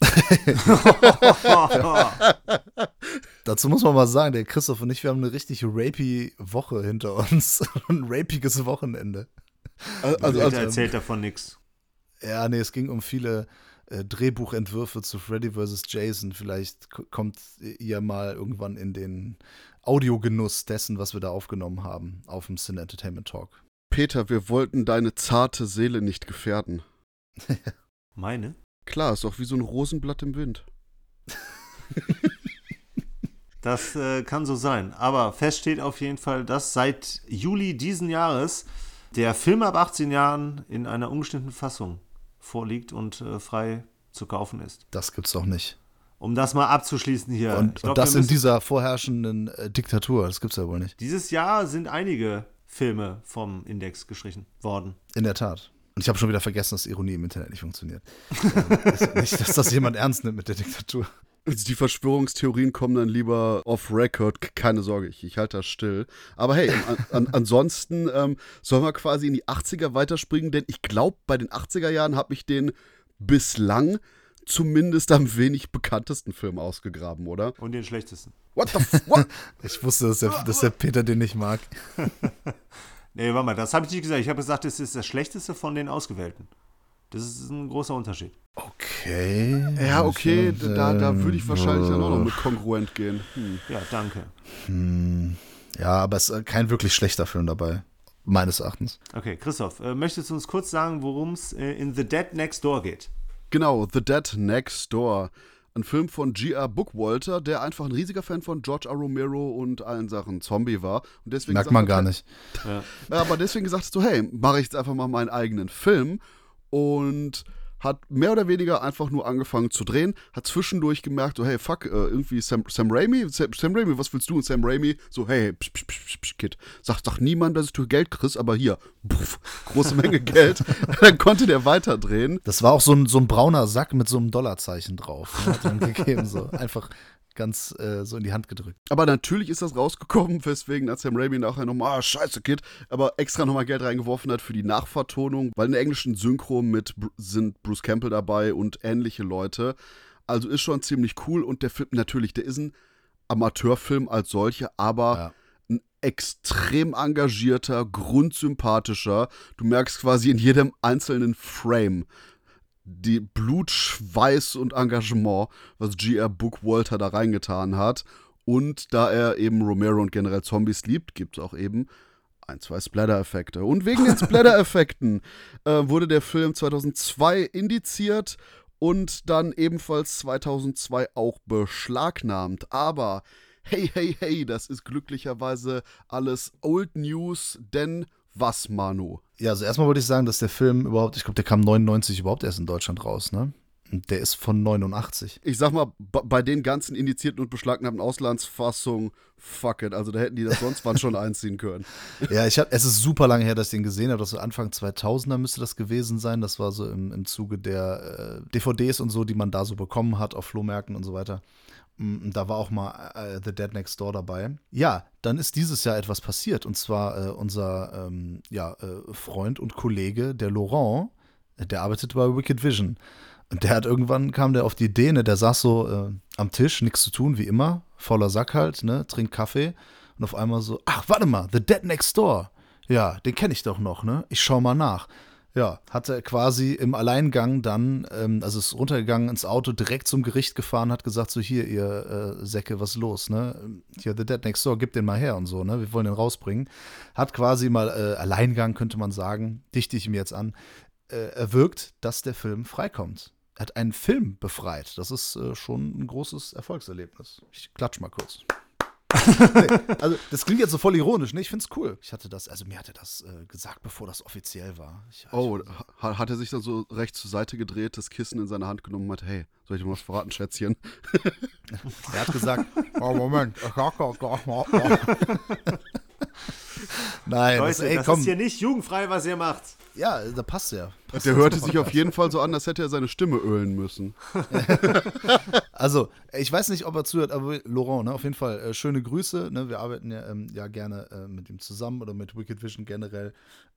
Dazu muss man mal sagen, der Christoph und ich, wir haben eine richtig rapey Woche hinter uns. Ein rapiges Wochenende. Peter erzählt davon nichts. Ja, nee, es ging um viele Drehbuchentwürfe zu Freddy vs. Jason. Vielleicht kommt ihr mal irgendwann in den Audiogenuss dessen, was wir da aufgenommen haben, auf dem Cine Entertainment Talk. Peter, wir wollten deine zarte Seele nicht gefährden. Meine? Klar, ist doch wie so ein Rosenblatt im Wind. Das kann so sein. Aber fest steht auf jeden Fall, dass seit Juli diesen Jahres der Film ab 18 Jahren in einer ungeschnittenen Fassung vorliegt und frei zu kaufen ist. Das gibt's doch nicht. Um das mal abzuschließen hier. Und, Ich glaub, und das wir in müssen- dieser vorherrschenden Diktatur, das gibt's ja wohl nicht. Dieses Jahr sind einige Filme vom Index gestrichen worden. In der Tat. Und ich habe schon wieder vergessen, dass Ironie im Internet nicht funktioniert. Nicht, dass das jemand ernst nimmt mit der Diktatur. Also die Verschwörungstheorien kommen dann lieber off-Record. Keine Sorge, ich halte das still. Aber hey, ansonsten sollen wir quasi in die 80er weiterspringen, denn ich glaube, bei den 80er Jahren habe ich den bislang zumindest am wenig bekanntesten Film ausgegraben, oder? Und den schlechtesten. What the what? Ich wusste, dass der Peter den nicht mag. Nee, warte mal, das habe ich nicht gesagt. Ich habe gesagt, es ist das schlechteste von den Ausgewählten. Das ist ein großer Unterschied. Okay. Ja, okay, da würde ich wahrscheinlich dann auch noch mit kongruent gehen. Ja, danke. Ja, aber es ist kein wirklich schlechter Film dabei. Meines Erachtens. Okay, Christoph, möchtest du uns kurz sagen, worum es in The Dead Next Door geht? Genau, The Dead Next Door. Ein Film von G.R. Bookwalter, der einfach ein riesiger Fan von George R. Romero und allen Sachen Zombie war. Und deswegen Merkt man gesagt gar hat, nicht. Ja. Aber deswegen gesagt hast du, hey, mache ich jetzt einfach mal meinen eigenen Film und hat mehr oder weniger einfach nur angefangen zu drehen, hat zwischendurch gemerkt, so hey, fuck, irgendwie Sam Raimi, was willst du? Und Sam Raimi so, hey, Kid, sag niemand, dass du Geld kriegst, aber hier, große Menge Geld. Dann konnte der weiterdrehen. Das war auch so ein brauner Sack mit so einem Dollarzeichen drauf. Hat ihm gegeben, so einfach ganz so in die Hand gedrückt. Aber natürlich ist das rausgekommen, weswegen hat Sam Raimi nachher nochmal, scheiße Kid, aber extra nochmal Geld reingeworfen hat für die Nachvertonung, weil in der englischen Synchro sind Bruce Campbell dabei und ähnliche Leute. Also ist schon ziemlich cool und der Film natürlich, der ist ein Amateurfilm als solcher, aber ein extrem engagierter, grundsympathischer, du merkst quasi in jedem einzelnen Frame die Blut, Schweiß und Engagement, was G.R. Bookwalter da reingetan hat. Und da er eben Romero und generell Zombies liebt, gibt es auch eben 2 Splatter-Effekte. Und wegen den Splatter-Effekten wurde der Film 2002 indiziert und dann ebenfalls 2002 auch beschlagnahmt. Aber hey, das ist glücklicherweise alles Old News, denn was, Manu? Ja, also erstmal wollte ich sagen, dass der Film überhaupt, ich glaube, der kam 99 überhaupt erst in Deutschland raus, ne? Und der ist von 89. Ich sag mal, bei den ganzen indizierten und beschlagnahmten Auslandsfassungen, fuck it, also da hätten die das sonst wann schon einziehen können. Ja, es ist super lange her, dass ich den gesehen habe, das war Anfang 2000er müsste das gewesen sein, das war so im Zuge der DVDs und so, die man da so bekommen hat auf Flohmärkten und so weiter. Da war auch mal The Dead Next Door dabei. Ja, dann ist dieses Jahr etwas passiert. Und zwar unser Freund und Kollege, der Laurent, der arbeitet bei Wicked Vision. Und kam der auf die Idee, ne, der saß so am Tisch, nichts zu tun, wie immer, fauler Sack halt, ne, trinkt Kaffee. Und auf einmal so, ach, warte mal, The Dead Next Door. Ja, den kenne ich doch noch, ne? Ich schau mal nach. Ja, hat er quasi im Alleingang dann, also ist runtergegangen ins Auto, direkt zum Gericht gefahren, hat gesagt, so hier, ihr Säcke, was ist los, ne? Hier, The Dead Next Door, gib den mal her und so, ne? Wir wollen den rausbringen. Hat quasi mal Alleingang, könnte man sagen, dichte ich ihm jetzt an, erwirkt, dass der Film freikommt. Er hat einen Film befreit. Das ist schon ein großes Erfolgserlebnis. Ich klatsch mal kurz. Nee, also das klingt jetzt so voll ironisch, ne? Ich find's cool. Mir hat er das gesagt, bevor das offiziell war. Hat er sich dann so rechts zur Seite gedreht, das Kissen in seine Hand genommen und hat, hey, soll ich dir mal was verraten, Schätzchen? Er hat gesagt, oh Moment, Nein, Leute, das ist hier nicht jugendfrei, was ihr macht. Ja, da passt ja. Der hörte sich auf jeden Fall so an, als hätte er seine Stimme ölen müssen. Also, ich weiß nicht, ob er zuhört, aber Laurent, ne, auf jeden Fall schöne Grüße. Ne, wir arbeiten ja gerne mit ihm zusammen oder mit Wicked Vision generell.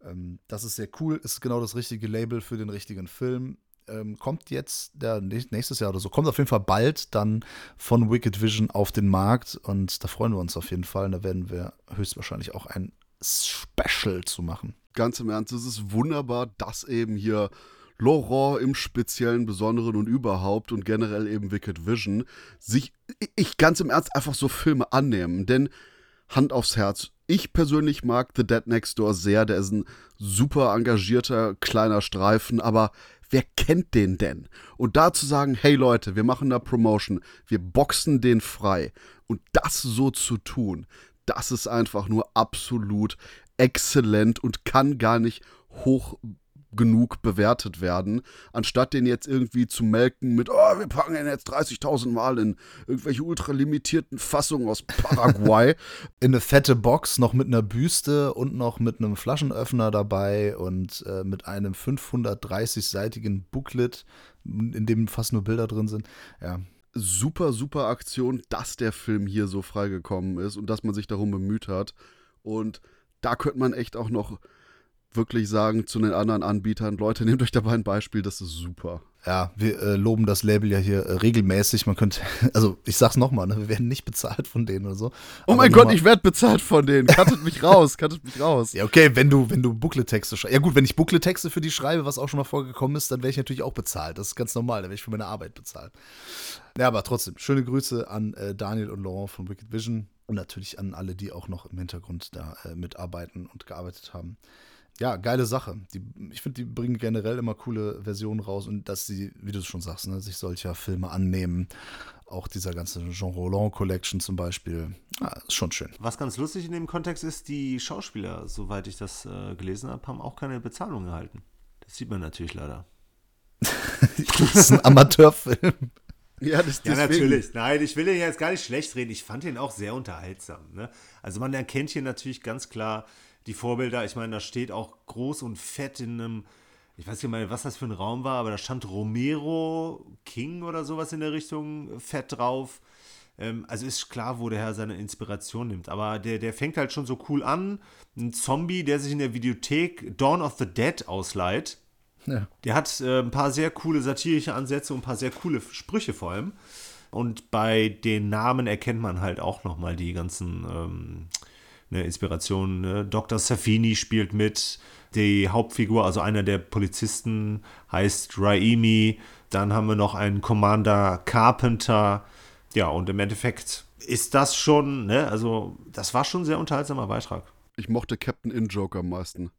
Das ist sehr cool, ist genau das richtige Label für den richtigen Film. Kommt jetzt nächstes Jahr oder so, kommt auf jeden Fall bald dann von Wicked Vision auf den Markt und da freuen wir uns auf jeden Fall. Und da werden wir höchstwahrscheinlich auch ein Special zu machen. Ganz im Ernst, es ist wunderbar, dass eben hier Laurent im Speziellen, Besonderen und überhaupt und generell eben Wicked Vision sich, ich ganz im Ernst, einfach so Filme annehmen, denn Hand aufs Herz, ich persönlich mag The Dead Next Door sehr, der ist ein super engagierter kleiner Streifen, aber wer kennt den denn? Und da zu sagen, hey Leute, wir machen da Promotion, wir boxen den frei und das so zu tun, das ist einfach nur absolut exzellent und kann gar nicht hoch genug bewertet werden, anstatt den jetzt irgendwie zu melken mit, oh, wir packen den jetzt 30.000 Mal in irgendwelche ultralimitierten Fassungen aus Paraguay. In eine fette Box, noch mit einer Büste und noch mit einem Flaschenöffner dabei und mit einem 530-seitigen Booklet, in dem fast nur Bilder drin sind. Ja. Super, super Aktion, dass der Film hier so freigekommen ist und dass man sich darum bemüht hat. Und da könnte man echt auch noch wirklich sagen zu den anderen Anbietern, Leute, nehmt euch dabei ein Beispiel, das ist super. Ja, wir loben das Label ja hier regelmäßig. Man könnte, also ich sag's nochmal, ne, wir werden nicht bezahlt von denen oder so. Oh mein Gott, ich werde bezahlt von denen. Cuttet mich raus, cuttet mich raus. Ja, okay, wenn du Booklet-Texte schreibst. Ja gut, wenn ich Booklet-Texte für die schreibe, was auch schon mal vorgekommen ist, dann wäre ich natürlich auch bezahlt. Das ist ganz normal, dann wäre ich für meine Arbeit bezahlt. Ja, aber trotzdem, schöne Grüße an Daniel und Laurent von Wicked Vision und natürlich an alle, die auch noch im Hintergrund da mitarbeiten und gearbeitet haben. Ja, geile Sache. Ich finde, die bringen generell immer coole Versionen raus und dass sie, wie du schon sagst, ne, sich solcher Filme annehmen. Auch dieser ganze Jean Roland Collection zum Beispiel. Ist schon schön. Was ganz lustig in dem Kontext ist, die Schauspieler, soweit ich das gelesen habe, haben auch keine Bezahlung erhalten. Das sieht man natürlich leider. Das ist ein Amateurfilm. Ja, Ja, deswegen. natürlich. Nein, ich will den jetzt gar nicht schlecht reden. Ich fand den auch sehr unterhaltsam. Ne? Also man erkennt hier natürlich ganz klar die Vorbilder. Ich meine, da steht auch groß und fett in einem, ich weiß nicht mal, was das für ein Raum war, aber da stand Romero King oder sowas in der Richtung fett drauf. Also ist klar, wo der Herr seine Inspiration nimmt. Aber der fängt halt schon so cool an. Ein Zombie, der sich in der Videothek Dawn of the Dead ausleiht. Ja. Der hat ein paar sehr coole satirische Ansätze und ein paar sehr coole Sprüche vor allem. Und bei den Namen erkennt man halt auch nochmal die ganzen Inspirationen. Ne? Dr. Safini spielt mit. Die Hauptfigur, also einer der Polizisten, heißt Raimi. Dann haben wir noch einen Commander Carpenter. Ja, und im Endeffekt ist das schon, ne? Also das war schon ein sehr unterhaltsamer Beitrag. Ich mochte Captain In-Joke am meisten.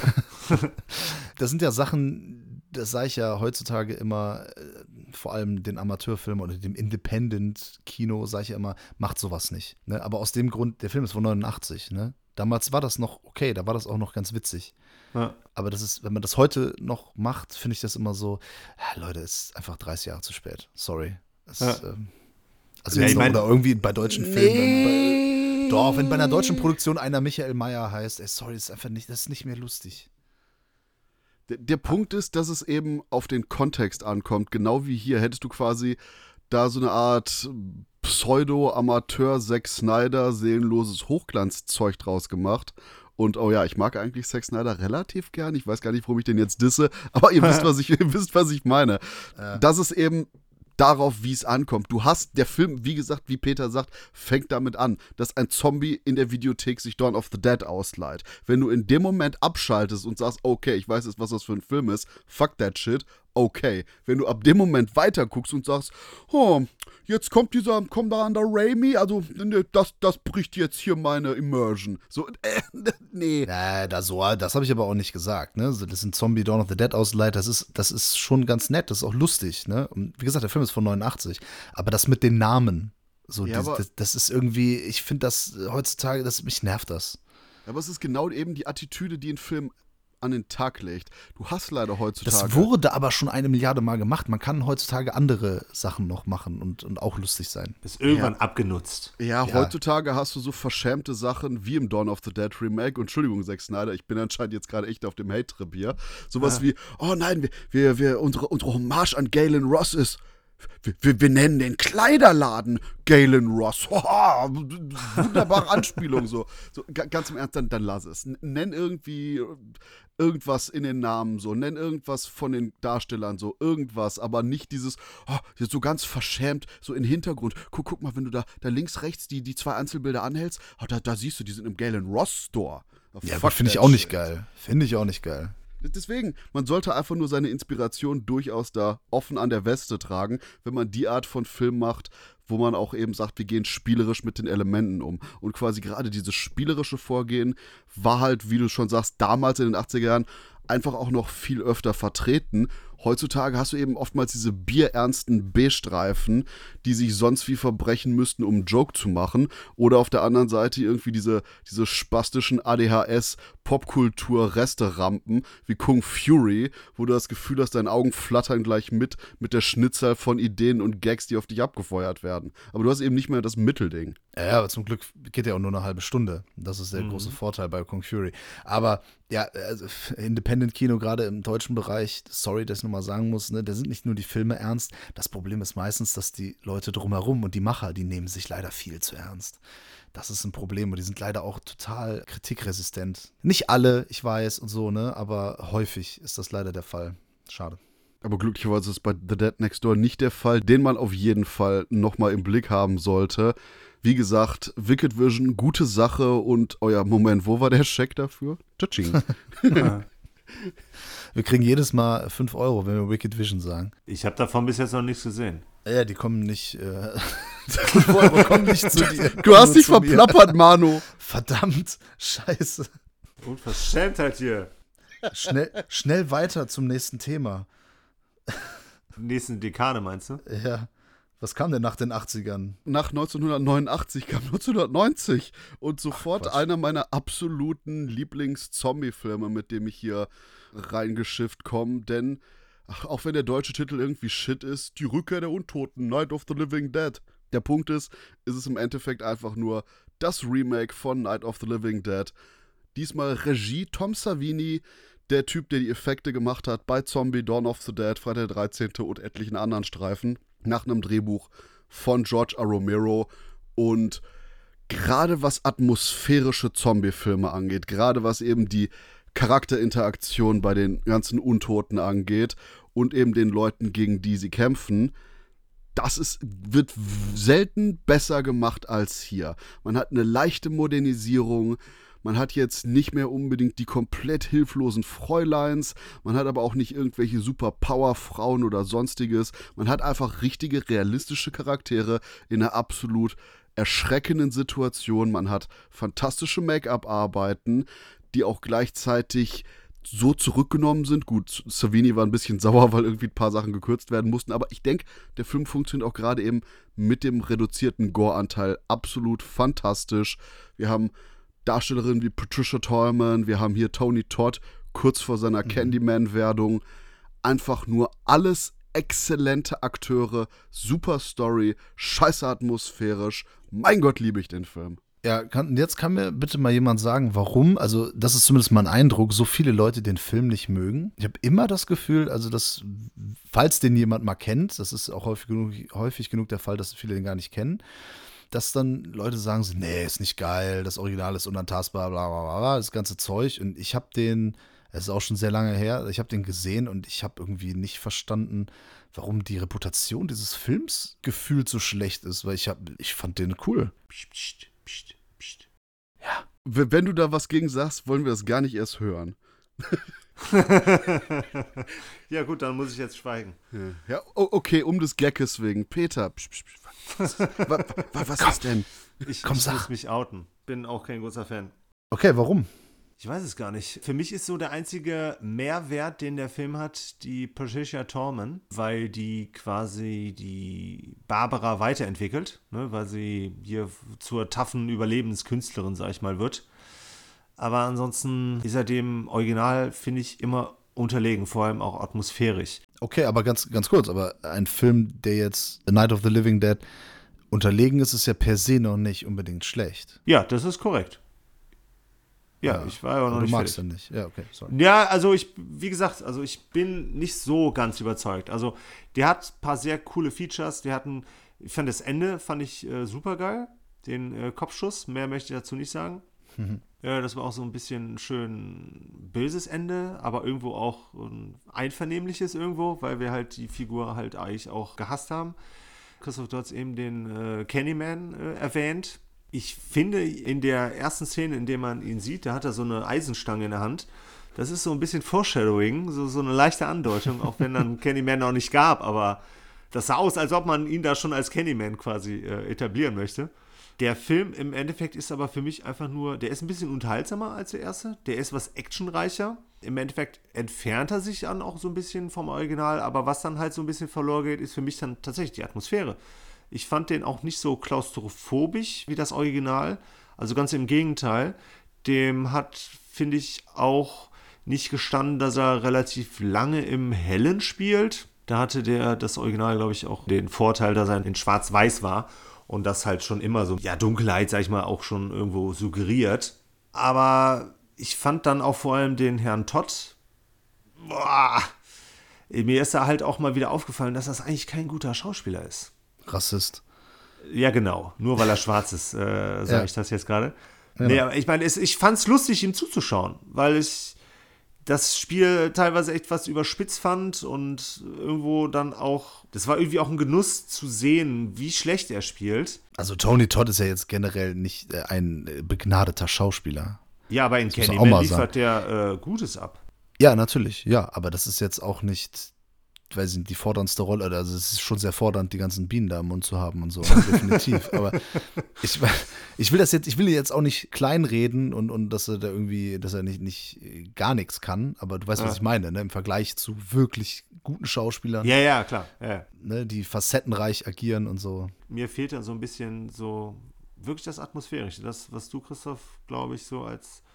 Das sind ja Sachen, das sage ich ja heutzutage immer, vor allem den Amateurfilm oder dem Independent-Kino, sage ich ja immer, macht sowas nicht. Ne? Aber aus dem Grund, der Film ist von 89, ne? Damals war das noch okay, da war das auch noch ganz witzig. Ja. Aber das ist, wenn man das heute noch macht, finde ich das immer so, ja, Leute, es ist einfach 30 Jahre zu spät. Sorry. Das, Ja. Also Ja, jetzt ich noch, mein- oder irgendwie bei deutschen Filmen. Doch, wenn bei einer deutschen Produktion einer Michael Mayer heißt, ey, sorry, das ist einfach nicht, das ist nicht mehr lustig. Der Punkt ist, dass es eben auf den Kontext ankommt. Genau wie hier hättest du quasi da so eine Art Pseudo-Amateur-Zack Snyder seelenloses Hochglanzzeug draus gemacht. Und oh ja, ich mag eigentlich Zack Snyder relativ gern. Ich weiß gar nicht, warum ich den jetzt disse, aber ihr wisst, was ich meine. Das ist eben darauf, wie es ankommt. Du hast, der Film, wie gesagt, wie Peter sagt, fängt damit an, dass ein Zombie in der Videothek sich Dawn of the Dead ausleiht. Wenn du in dem Moment abschaltest und sagst, okay, ich weiß jetzt, was das für ein Film ist, fuck that shit, okay. Wenn du ab dem Moment weiter guckst und sagst, oh, jetzt kommt da an der Raimi, also das bricht jetzt hier meine Immersion. So, nee. Das habe ich aber auch nicht gesagt, ne? Das ist ein Zombie Dawn of the Dead ausleiht, das ist schon ganz nett, das ist auch lustig, ne? Und wie gesagt, der Film ist von 89, aber das mit den Namen, so, Ja, das ist irgendwie, ich finde das heutzutage, mich nervt das. Aber es ist genau eben die Attitüde, die ein Film an den Tag legt. Du hast leider heutzutage... Das wurde aber schon 1 Milliarde Mal gemacht. Man kann heutzutage andere Sachen noch machen und auch lustig sein. Ist irgendwann abgenutzt. Ja, Ja. heutzutage hast du so verschämte Sachen wie im Dawn of the Dead Remake. Und Entschuldigung, Zack Snyder, ich bin anscheinend jetzt gerade echt auf dem Hate-Trip hier. Sowas wie, oh nein, unsere Hommage an Galen Ross ist, wir nennen den Kleiderladen Galen Ross. Hoha, wunderbare Anspielung so. Ganz im Ernst, dann lass es. Nenn irgendwie irgendwas in den Namen so. Nenn irgendwas von den Darstellern so. Irgendwas, aber nicht dieses, so ganz verschämt, so im Hintergrund. Guck mal, wenn du da links, rechts die 2 Einzelbilder anhältst, da siehst du, die sind im Galen Ross Store. Ja, Fuck finde ich that auch nicht shit. geil. Finde ich auch nicht geil. Deswegen, man sollte einfach nur seine Inspiration durchaus da offen an der Weste tragen, wenn man die Art von Film macht, wo man auch eben sagt, wir gehen spielerisch mit den Elementen um. Und quasi gerade dieses spielerische Vorgehen war halt, wie du schon sagst, damals in den 80er Jahren einfach auch noch viel öfter vertreten. Heutzutage hast du eben oftmals diese bierernsten B-Streifen, die sich sonst wie verbrechen müssten, um einen Joke zu machen. Oder auf der anderen Seite irgendwie diese spastischen ADHS-Popkultur-Resterampen wie Kung Fury, wo du das Gefühl hast, deine Augen flattern gleich mit der Schnitzahl von Ideen und Gags, die auf dich abgefeuert werden. Aber du hast eben nicht mehr das Mittelding. Ja, aber zum Glück geht ja auch nur eine halbe Stunde. Das ist der große Vorteil bei Kung Fury. Aber ja, also Independent-Kino, gerade im deutschen Bereich, sorry, dass ich nochmal sagen muss, ne, da sind nicht nur die Filme ernst. Das Problem ist meistens, dass die Leute drumherum und die Macher, die nehmen sich leider viel zu ernst. Das ist ein Problem und die sind leider auch total kritikresistent. Nicht alle, ich weiß und so, ne, aber häufig ist das leider der Fall. Schade. Aber glücklicherweise ist bei The Dead Next Door nicht der Fall, den man auf jeden Fall nochmal im Blick haben sollte. Wie gesagt, Wicked Vision, gute Sache und euer Moment, wo war der Scheck dafür? Tsching. Wir kriegen jedes Mal 5 Euro, wenn wir Wicked Vision sagen. Ich habe davon bis jetzt noch nichts gesehen. Ja, die kommen nicht, die 5 Euro kommen nicht zu dir. Du hast dich Nur zu mir. verplappert, Manu. Verdammt, scheiße. Unverschämtheit hier. Schnell weiter zum nächsten Thema. Nächsten Dekade, meinst du? Ja, was kam denn nach den 80ern? Nach 1989 kam 1990 und sofort Quatsch. einer meiner absoluten Lieblings-Zombie-Filme, mit dem ich hier reingeschifft komme, denn auch wenn der deutsche Titel irgendwie shit ist, die Rückkehr der Untoten, Night of the Living Dead. Der Punkt ist es im Endeffekt einfach nur das Remake von Night of the Living Dead. Diesmal Regie Tom Savini, der Typ, der die Effekte gemacht hat bei Zombie, Dawn of the Dead, Freitag der 13. und etlichen anderen Streifen, nach einem Drehbuch von George R. Romero. Und gerade was atmosphärische Zombie-Filme angeht, gerade was eben die Charakterinteraktion bei den ganzen Untoten angeht und eben den Leuten, gegen die sie kämpfen, wird selten besser gemacht als hier. Man hat eine leichte Modernisierung, man hat jetzt nicht mehr unbedingt die komplett hilflosen Fräuleins, man hat aber auch nicht irgendwelche Super-Power-Frauen oder sonstiges, man hat einfach richtige, realistische Charaktere in einer absolut erschreckenden Situation, man hat fantastische Make-up-Arbeiten, die auch gleichzeitig so zurückgenommen sind. Gut, Savini war ein bisschen sauer, weil irgendwie ein paar Sachen gekürzt werden mussten, aber ich denke, der Film funktioniert auch gerade eben mit dem reduzierten Gore-Anteil absolut fantastisch. Wir haben Darstellerinnen wie Patricia Tallman, wir haben hier Tony Todd, kurz vor seiner Candyman-Werdung. Einfach nur alles exzellente Akteure, super Story, scheiße atmosphärisch. Mein Gott, liebe ich den Film. Ja, jetzt kann mir bitte mal jemand sagen, warum, also das ist zumindest mein Eindruck, so viele Leute den Film nicht mögen. Ich habe immer das Gefühl, also dass, falls den jemand mal kennt, das ist auch häufig genug der Fall, dass viele den gar nicht kennen, dass dann Leute sagen, so, nee, ist nicht geil, das Original ist unantastbar, bla bla bla, das ganze Zeug. Und ich habe den, es ist auch schon sehr lange her, ich habe den gesehen und ich habe irgendwie nicht verstanden, warum die Reputation dieses Films gefühlt so schlecht ist, weil ich fand den cool. Psst, psst, psst. Ja. Wenn du da was gegen sagst, wollen wir das gar nicht erst hören. Ja gut, dann muss ich jetzt schweigen. Ja, okay, um des Gagges wegen. Peter, was ist denn? Ich muss mich outen. Bin auch kein großer Fan. Okay, warum? Ich weiß es gar nicht. Für mich ist so der einzige Mehrwert, den der Film hat, die Patricia Tallman, weil die quasi die Barbara weiterentwickelt, ne, weil sie hier zur taffen Überlebenskünstlerin, sag ich mal, wird. Aber ansonsten ist er dem Original, finde ich, immer unterlegen, vor allem auch atmosphärisch. Okay, aber ganz kurz, aber ein Film, der jetzt The Night of the Living Dead unterlegen ist, ist ja per se noch nicht unbedingt schlecht. Ja, das ist korrekt. Ja, ich war ja auch noch nicht fertig. Du magst den nicht. Ja, okay, sorry. Ja, also wie gesagt, ich bin nicht so ganz überzeugt. Also der hat ein paar sehr coole Features. Ich fand das Ende, super geil. Den Kopfschuss, mehr möchte ich dazu nicht sagen. Ja, das war auch so ein bisschen schön böses Ende, aber irgendwo auch ein einvernehmliches irgendwo, weil wir halt die Figur halt eigentlich auch gehasst haben. Christoph, du hast eben den Candyman erwähnt. Ich finde, in der ersten Szene, in der man ihn sieht, da hat er so eine Eisenstange in der Hand. Das ist so ein bisschen Foreshadowing, so eine leichte Andeutung, auch wenn dann Candyman noch nicht gab, aber das sah aus, als ob man ihn da schon als Candyman quasi etablieren möchte. Der Film im Endeffekt ist aber für mich einfach nur, der ist ein bisschen unterhaltsamer als der erste, der ist was actionreicher. Im Endeffekt entfernt er sich dann auch so ein bisschen vom Original, aber was dann halt so ein bisschen verloren geht, ist für mich dann tatsächlich die Atmosphäre. Ich fand den auch nicht so klaustrophobisch wie das Original, also ganz im Gegenteil. Dem hat, finde ich, auch nicht gestanden, dass er relativ lange im Hellen spielt. Da hatte das Original, glaube ich, auch den Vorteil, dass er in Schwarz-Weiß war und das halt schon immer so, ja, Dunkelheit, sag ich mal, auch schon irgendwo suggeriert. Aber ich fand dann auch vor allem den Herrn Todd, mir ist da halt auch mal wieder aufgefallen, dass das eigentlich kein guter Schauspieler ist. Rassist. Ja, genau. Nur weil er schwarz ist, sage ich das jetzt gerade. Ja. Nee, aber ich meine, ich fand es lustig, ihm zuzuschauen, weil ich das Spiel teilweise etwas überspitzt fand und irgendwo dann auch, das war irgendwie auch ein Genuss zu sehen, wie schlecht er spielt. Also Tony Todd ist ja jetzt generell nicht ein begnadeter Schauspieler. Ja, aber in Das muss man auch Candyman mal liefert der Gutes ab. Ja, natürlich, ja, aber das ist jetzt auch nicht, weiß ich nicht, die forderndste Rolle, also es ist schon sehr fordernd, die ganzen Bienen da im Mund zu haben und so, definitiv, aber ich will jetzt auch nicht kleinreden und dass er da irgendwie, dass er nicht gar nichts kann, aber du weißt, was ich meine, ne, im Vergleich zu wirklich guten Schauspielern. Ja, klar. Ja. Ne, die facettenreich agieren und so. Mir fehlt dann so ein bisschen so wirklich das Atmosphärische, das, was du, Christoph, glaube ich, so als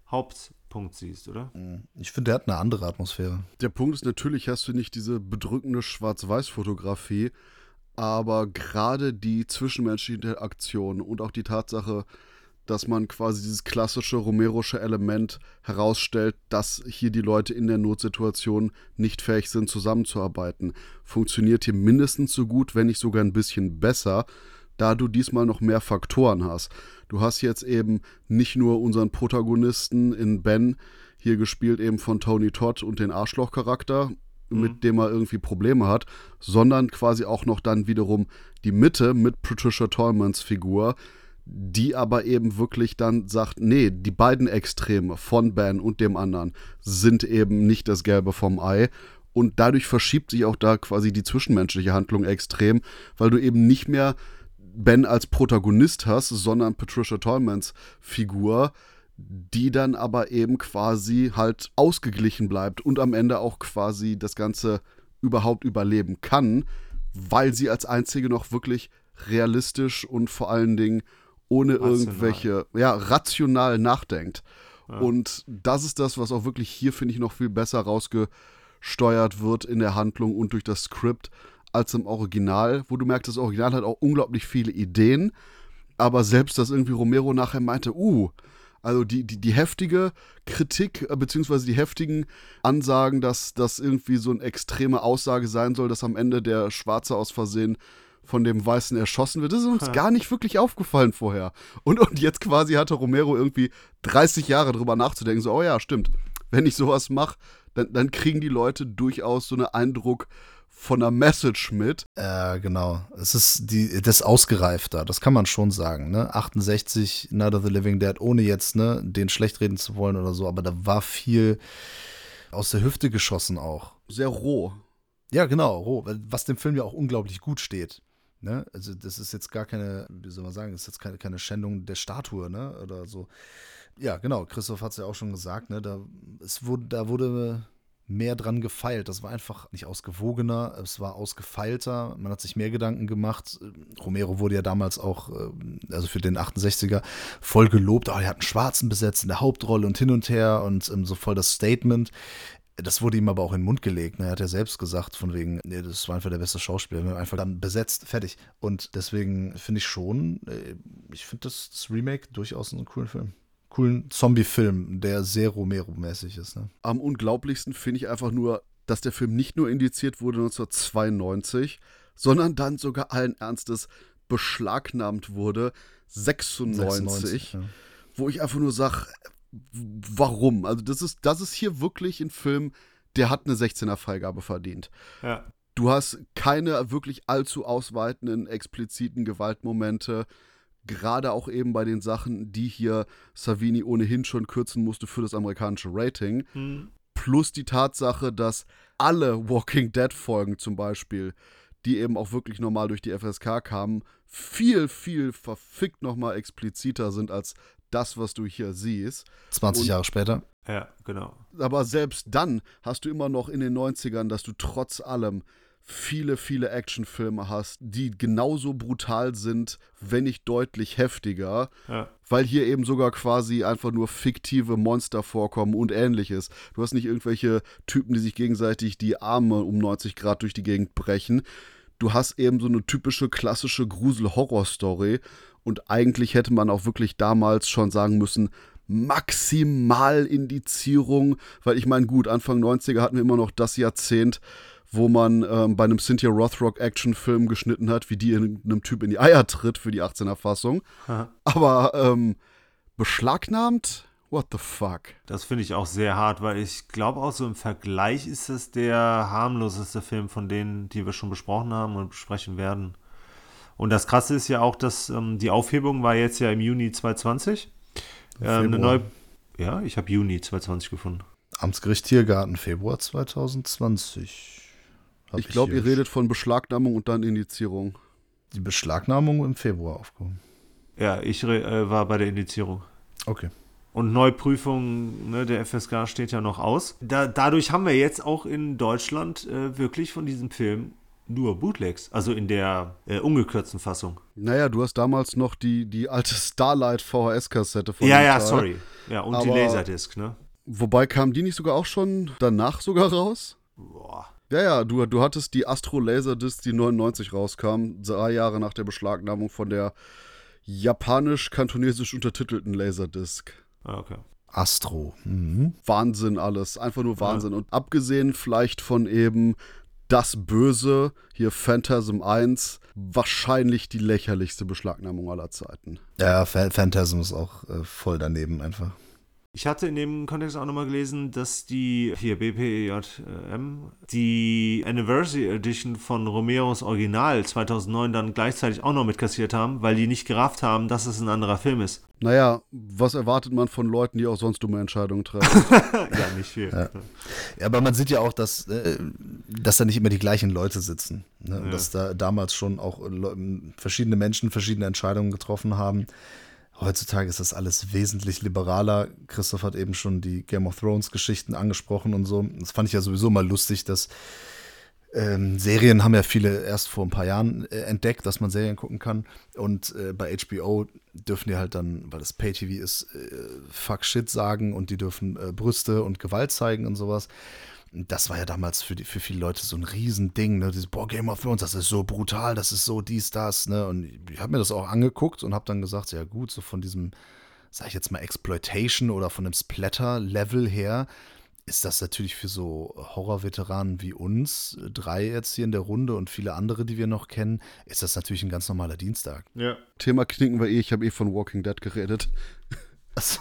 Hauptpunkt siehst, oder? Ich finde, der hat eine andere Atmosphäre. Der Punkt ist, natürlich hast du nicht diese bedrückende Schwarz-Weiß-Fotografie, aber gerade die zwischenmenschliche Interaktion und auch die Tatsache, dass man quasi dieses klassische romerosche Element herausstellt, dass hier die Leute in der Notsituation nicht fähig sind, zusammenzuarbeiten, funktioniert hier mindestens so gut, wenn nicht sogar ein bisschen besser, da du diesmal noch mehr Faktoren hast. Du hast jetzt eben nicht nur unseren Protagonisten in Ben, hier gespielt eben von Tony Todd und den Arschloch-Charakter, mit dem er irgendwie Probleme hat, sondern quasi auch noch dann wiederum die Mitte mit Patricia Tallmans Figur, die aber eben wirklich dann sagt, nee, die beiden Extreme von Ben und dem anderen sind eben nicht das Gelbe vom Ei. Und dadurch verschiebt sich auch da quasi die zwischenmenschliche Handlung extrem, weil du eben nicht mehr Ben als Protagonist hast, sondern Patricia Tallmans Figur, die dann aber eben quasi halt ausgeglichen bleibt und am Ende auch quasi das Ganze überhaupt überleben kann, weil sie als einzige noch wirklich realistisch und vor allen Dingen ohne irgendwelche, rational nachdenkt. Ja. Und das ist das, was auch wirklich hier, finde ich, noch viel besser rausgesteuert wird in der Handlung und durch das Skript als im Original, wo du merkst, das Original hat auch unglaublich viele Ideen, aber selbst, dass irgendwie Romero nachher meinte, also die heftige Kritik, beziehungsweise die heftigen Ansagen, dass das irgendwie so eine extreme Aussage sein soll, dass am Ende der Schwarze aus Versehen von dem Weißen erschossen wird, das ist uns gar nicht wirklich aufgefallen vorher. Und jetzt quasi hatte Romero irgendwie 30 Jahre drüber nachzudenken, so, oh ja, stimmt, wenn ich sowas mache, dann kriegen die Leute durchaus so einen Eindruck von einer Message mit. Genau. Es ist das ausgereifter, das kann man schon sagen. Ne? 68, Night of the Living Dead, ohne jetzt den schlecht reden zu wollen oder so, aber da war viel aus der Hüfte geschossen auch. Sehr roh. Ja, genau, roh, was dem Film ja auch unglaublich gut steht. Ne? Also das ist jetzt gar keine, wie soll man sagen, das ist jetzt keine Schändung der Statue, ne? Oder so. Ja, genau, Christoph hat es ja auch schon gesagt, ne? Da wurde mehr dran gefeilt. Das war einfach nicht ausgewogener, es war ausgefeilter, man hat sich mehr Gedanken gemacht. Romero wurde ja damals auch, also für den 68er, voll gelobt, er hat einen Schwarzen besetzt in der Hauptrolle und hin und her und so voll das Statement. Das wurde ihm aber auch in den Mund gelegt. Er hat ja selbst gesagt, von wegen, nee, das war einfach der beste Schauspieler. Wir haben einfach dann besetzt, fertig. Und deswegen finde ich schon, ich finde das Remake durchaus einen coolen Film. Coolen Zombie-Film, der sehr Romero-mäßig ist. Ne? Am unglaublichsten finde ich einfach nur, dass der Film nicht nur indiziert wurde 1992, sondern dann sogar allen Ernstes beschlagnahmt wurde 96 ja. Wo ich einfach nur sage, warum? Also das ist hier wirklich ein Film, der hat eine 16er-Freigabe verdient. Ja. Du hast keine wirklich allzu ausweitenden, expliziten Gewaltmomente, gerade auch eben bei den Sachen, die hier Savini ohnehin schon kürzen musste für das amerikanische Rating. Plus die Tatsache, dass alle Walking Dead-Folgen zum Beispiel, die eben auch wirklich normal durch die FSK kamen, viel, viel verfickt nochmal expliziter sind als das, was du hier siehst. 20 Jahre später. Ja, genau. Aber selbst dann hast du immer noch in den 90ern, dass du trotz allem viele, viele Actionfilme hast, die genauso brutal sind, wenn nicht deutlich heftiger, weil hier eben sogar quasi einfach nur fiktive Monster vorkommen und Ähnliches. Du hast nicht irgendwelche Typen, die sich gegenseitig die Arme um 90 Grad durch die Gegend brechen. Du hast eben so eine typische, klassische Grusel-Horror-Story und eigentlich hätte man auch wirklich damals schon sagen müssen, maximal Indizierung, weil ich meine, gut, Anfang 90er hatten wir immer noch das Jahrzehnt, wo man bei einem Cynthia Rothrock-Actionfilm geschnitten hat, wie die einem Typ in die Eier tritt für die 18er-Fassung. Aber beschlagnahmt? What the fuck? Das finde ich auch sehr hart, weil ich glaube auch so im Vergleich ist es der harmloseste Film von denen, die wir schon besprochen haben und besprechen werden. Und das Krasse ist ja auch, dass die Aufhebung war jetzt ja im Juni 2020. Eine neue. Ja, ich habe Juni 2020 gefunden. Amtsgericht Tiergarten, Februar 2020. Ich glaube, ihr redet von Beschlagnahmung und dann Indizierung. Die Beschlagnahmung im Februar aufgehoben. Ja, ich war bei der Indizierung. Okay. Und Neuprüfung der FSK steht ja noch aus. Dadurch haben wir jetzt auch in Deutschland wirklich von diesem Film nur Bootlegs, also in der ungekürzten Fassung. Naja, du hast damals noch die alte Starlight VHS-Kassette von Ja, sorry. Ja, und die Aber- Laserdisc, ne? Wobei kamen die nicht sogar auch schon danach sogar raus? Boah. Ja, du hattest die Astro Laserdisc, die 99 rauskam, 3 Jahre nach der Beschlagnahmung von der japanisch-kantonesisch untertitelten Laserdisc. Ah, okay. Astro. Mhm. Wahnsinn alles, einfach nur Wahnsinn. Und abgesehen vielleicht von eben Das Böse, hier Phantasm 1, wahrscheinlich die lächerlichste Beschlagnahmung aller Zeiten. Ja, Phantasm ist auch voll daneben einfach. Ich hatte in dem Kontext auch nochmal gelesen, dass die, hier BPJM, die Anniversary Edition von Romeros Original 2009 dann gleichzeitig auch noch mitkassiert haben, weil die nicht gerafft haben, dass es ein anderer Film ist. Naja, was erwartet man von Leuten, die auch sonst dumme Entscheidungen treffen? Ja, nicht viel. Ja, aber man sieht ja auch, dass da nicht immer die gleichen Leute sitzen. Ne? Und dass da damals schon auch verschiedene Menschen verschiedene Entscheidungen getroffen haben. Heutzutage ist das alles wesentlich liberaler. Christoph hat eben schon die Game of Thrones Geschichten angesprochen und so. Das fand ich ja sowieso mal lustig, dass Serien haben ja viele erst vor ein paar Jahren entdeckt, dass man Serien gucken kann. Und bei HBO dürfen die halt dann, weil das Pay-TV ist, fuck shit sagen und die dürfen Brüste und Gewalt zeigen und sowas. Das war ja damals für viele Leute so ein Riesending, ne? Dieses, Game of Thrones, das ist so brutal, das ist so dies, das, ne? Und ich habe mir das auch angeguckt und habe dann gesagt, ja gut, so von diesem, sag ich jetzt mal, Exploitation oder von dem Splatter-Level her ist das natürlich für so Horror-Veteranen wie uns, 3 jetzt hier in der Runde und viele andere, die wir noch kennen, ist das natürlich ein ganz normaler Dienstag. Ja. Thema knicken wir ich habe von Walking Dead geredet. Also,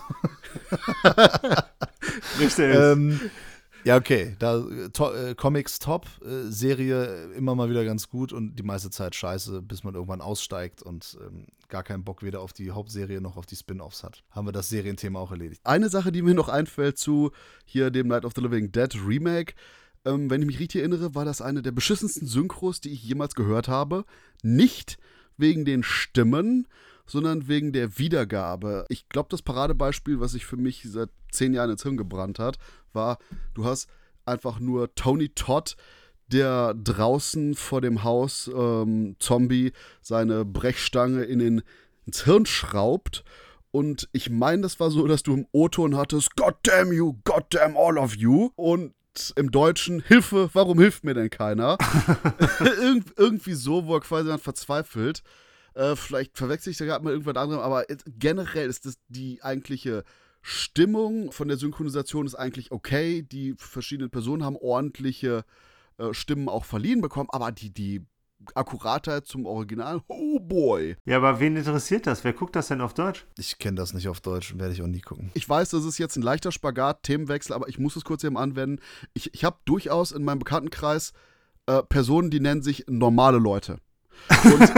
Richtig. ja, okay, da Comics top, Serie immer mal wieder ganz gut und die meiste Zeit scheiße, bis man irgendwann aussteigt und gar keinen Bock weder auf die Hauptserie noch auf die Spin-Offs hat. Haben wir das Serienthema auch erledigt. Eine Sache, die mir noch einfällt zu hier dem Night of the Living Dead Remake, wenn ich mich richtig erinnere, war das eine der beschissensten Synchros, die ich jemals gehört habe. Nicht wegen den Stimmen, sondern wegen der Wiedergabe. Ich glaube, das Paradebeispiel, was sich für mich seit 10 Jahren ins Hirn gebrannt hat, war, du hast einfach nur Tony Todd, der draußen vor dem Haus Zombie seine Brechstange ins Hirn schraubt. Und ich meine, das war so, dass du im O-Ton hattest, God damn you, God damn all of you. Und im Deutschen, Hilfe, warum hilft mir denn keiner? Irgendwie so, wo er quasi dann verzweifelt. Vielleicht verwechsel ich da gerade mal irgendwas anderem, aber generell ist das die eigentliche Stimmung von der Synchronisation ist eigentlich okay. Die verschiedenen Personen haben ordentliche Stimmen auch verliehen bekommen, aber die Akkuratheit zum Original, oh boy. Ja, aber wen interessiert das? Wer guckt das denn auf Deutsch? Ich kenne das nicht auf Deutsch und werde ich auch nie gucken. Ich weiß, das ist jetzt ein leichter Spagat, Themenwechsel, aber ich muss es kurz eben anwenden. Ich habe durchaus in meinem Bekanntenkreis Personen, die nennen sich normale Leute. Und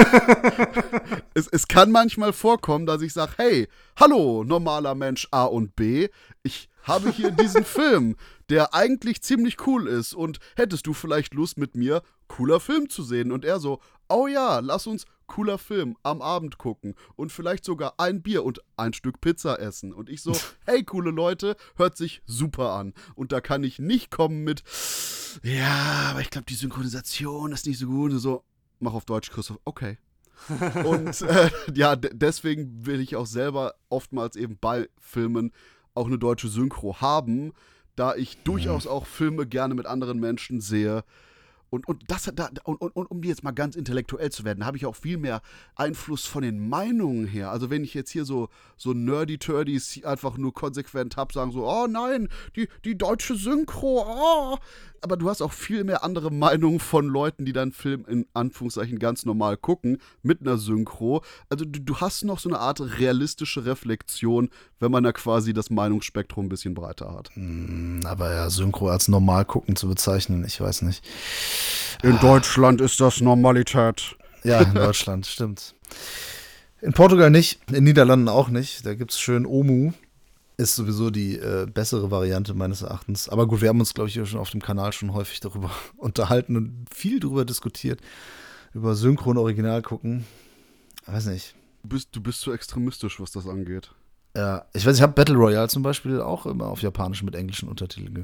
es kann manchmal vorkommen, dass ich sage, hey, hallo, normaler Mensch A und B, ich habe hier diesen Film, der eigentlich ziemlich cool ist und hättest du vielleicht Lust mit mir, cooler Film zu sehen? Und er so, oh ja, lass uns cooler Film am Abend gucken und vielleicht sogar ein Bier und ein Stück Pizza essen. Und ich so, hey, coole Leute, hört sich super an. Und da kann ich nicht kommen mit, ja, aber ich glaube, die Synchronisation ist nicht so gut. Und so, mach auf Deutsch, Christoph, okay. Und ja, deswegen will ich auch selber oftmals eben bei Filmen auch eine deutsche Synchro haben, da ich durchaus auch Filme gerne mit anderen Menschen sehe. Und um jetzt mal ganz intellektuell zu werden, habe ich auch viel mehr Einfluss von den Meinungen her. Also wenn ich jetzt hier so Nerdy-Turdys einfach nur konsequent habe, sagen so, oh nein, die deutsche Synchro, oh. Aber du hast auch viel mehr andere Meinungen von Leuten, die dann Film in Anführungszeichen ganz normal gucken, mit einer Synchro. Also du hast noch so eine Art realistische Reflexion, wenn man da quasi das Meinungsspektrum ein bisschen breiter hat. Aber ja, Synchro als normal gucken zu bezeichnen, ich weiß nicht. In Deutschland ist das Normalität. Ja, in Deutschland, stimmt. In Portugal nicht, in Niederlanden auch nicht. Da gibt es schön Omu. Ist sowieso die bessere Variante meines Erachtens. Aber gut, wir haben uns, glaube ich, schon auf dem Kanal schon häufig darüber unterhalten und viel darüber diskutiert. Über Synchron Original gucken. Weiß nicht. Du bist so extremistisch, was das angeht. Ja, ich weiß, ich habe Battle Royale zum Beispiel auch immer auf Japanisch mit englischen Untertiteln geguckt.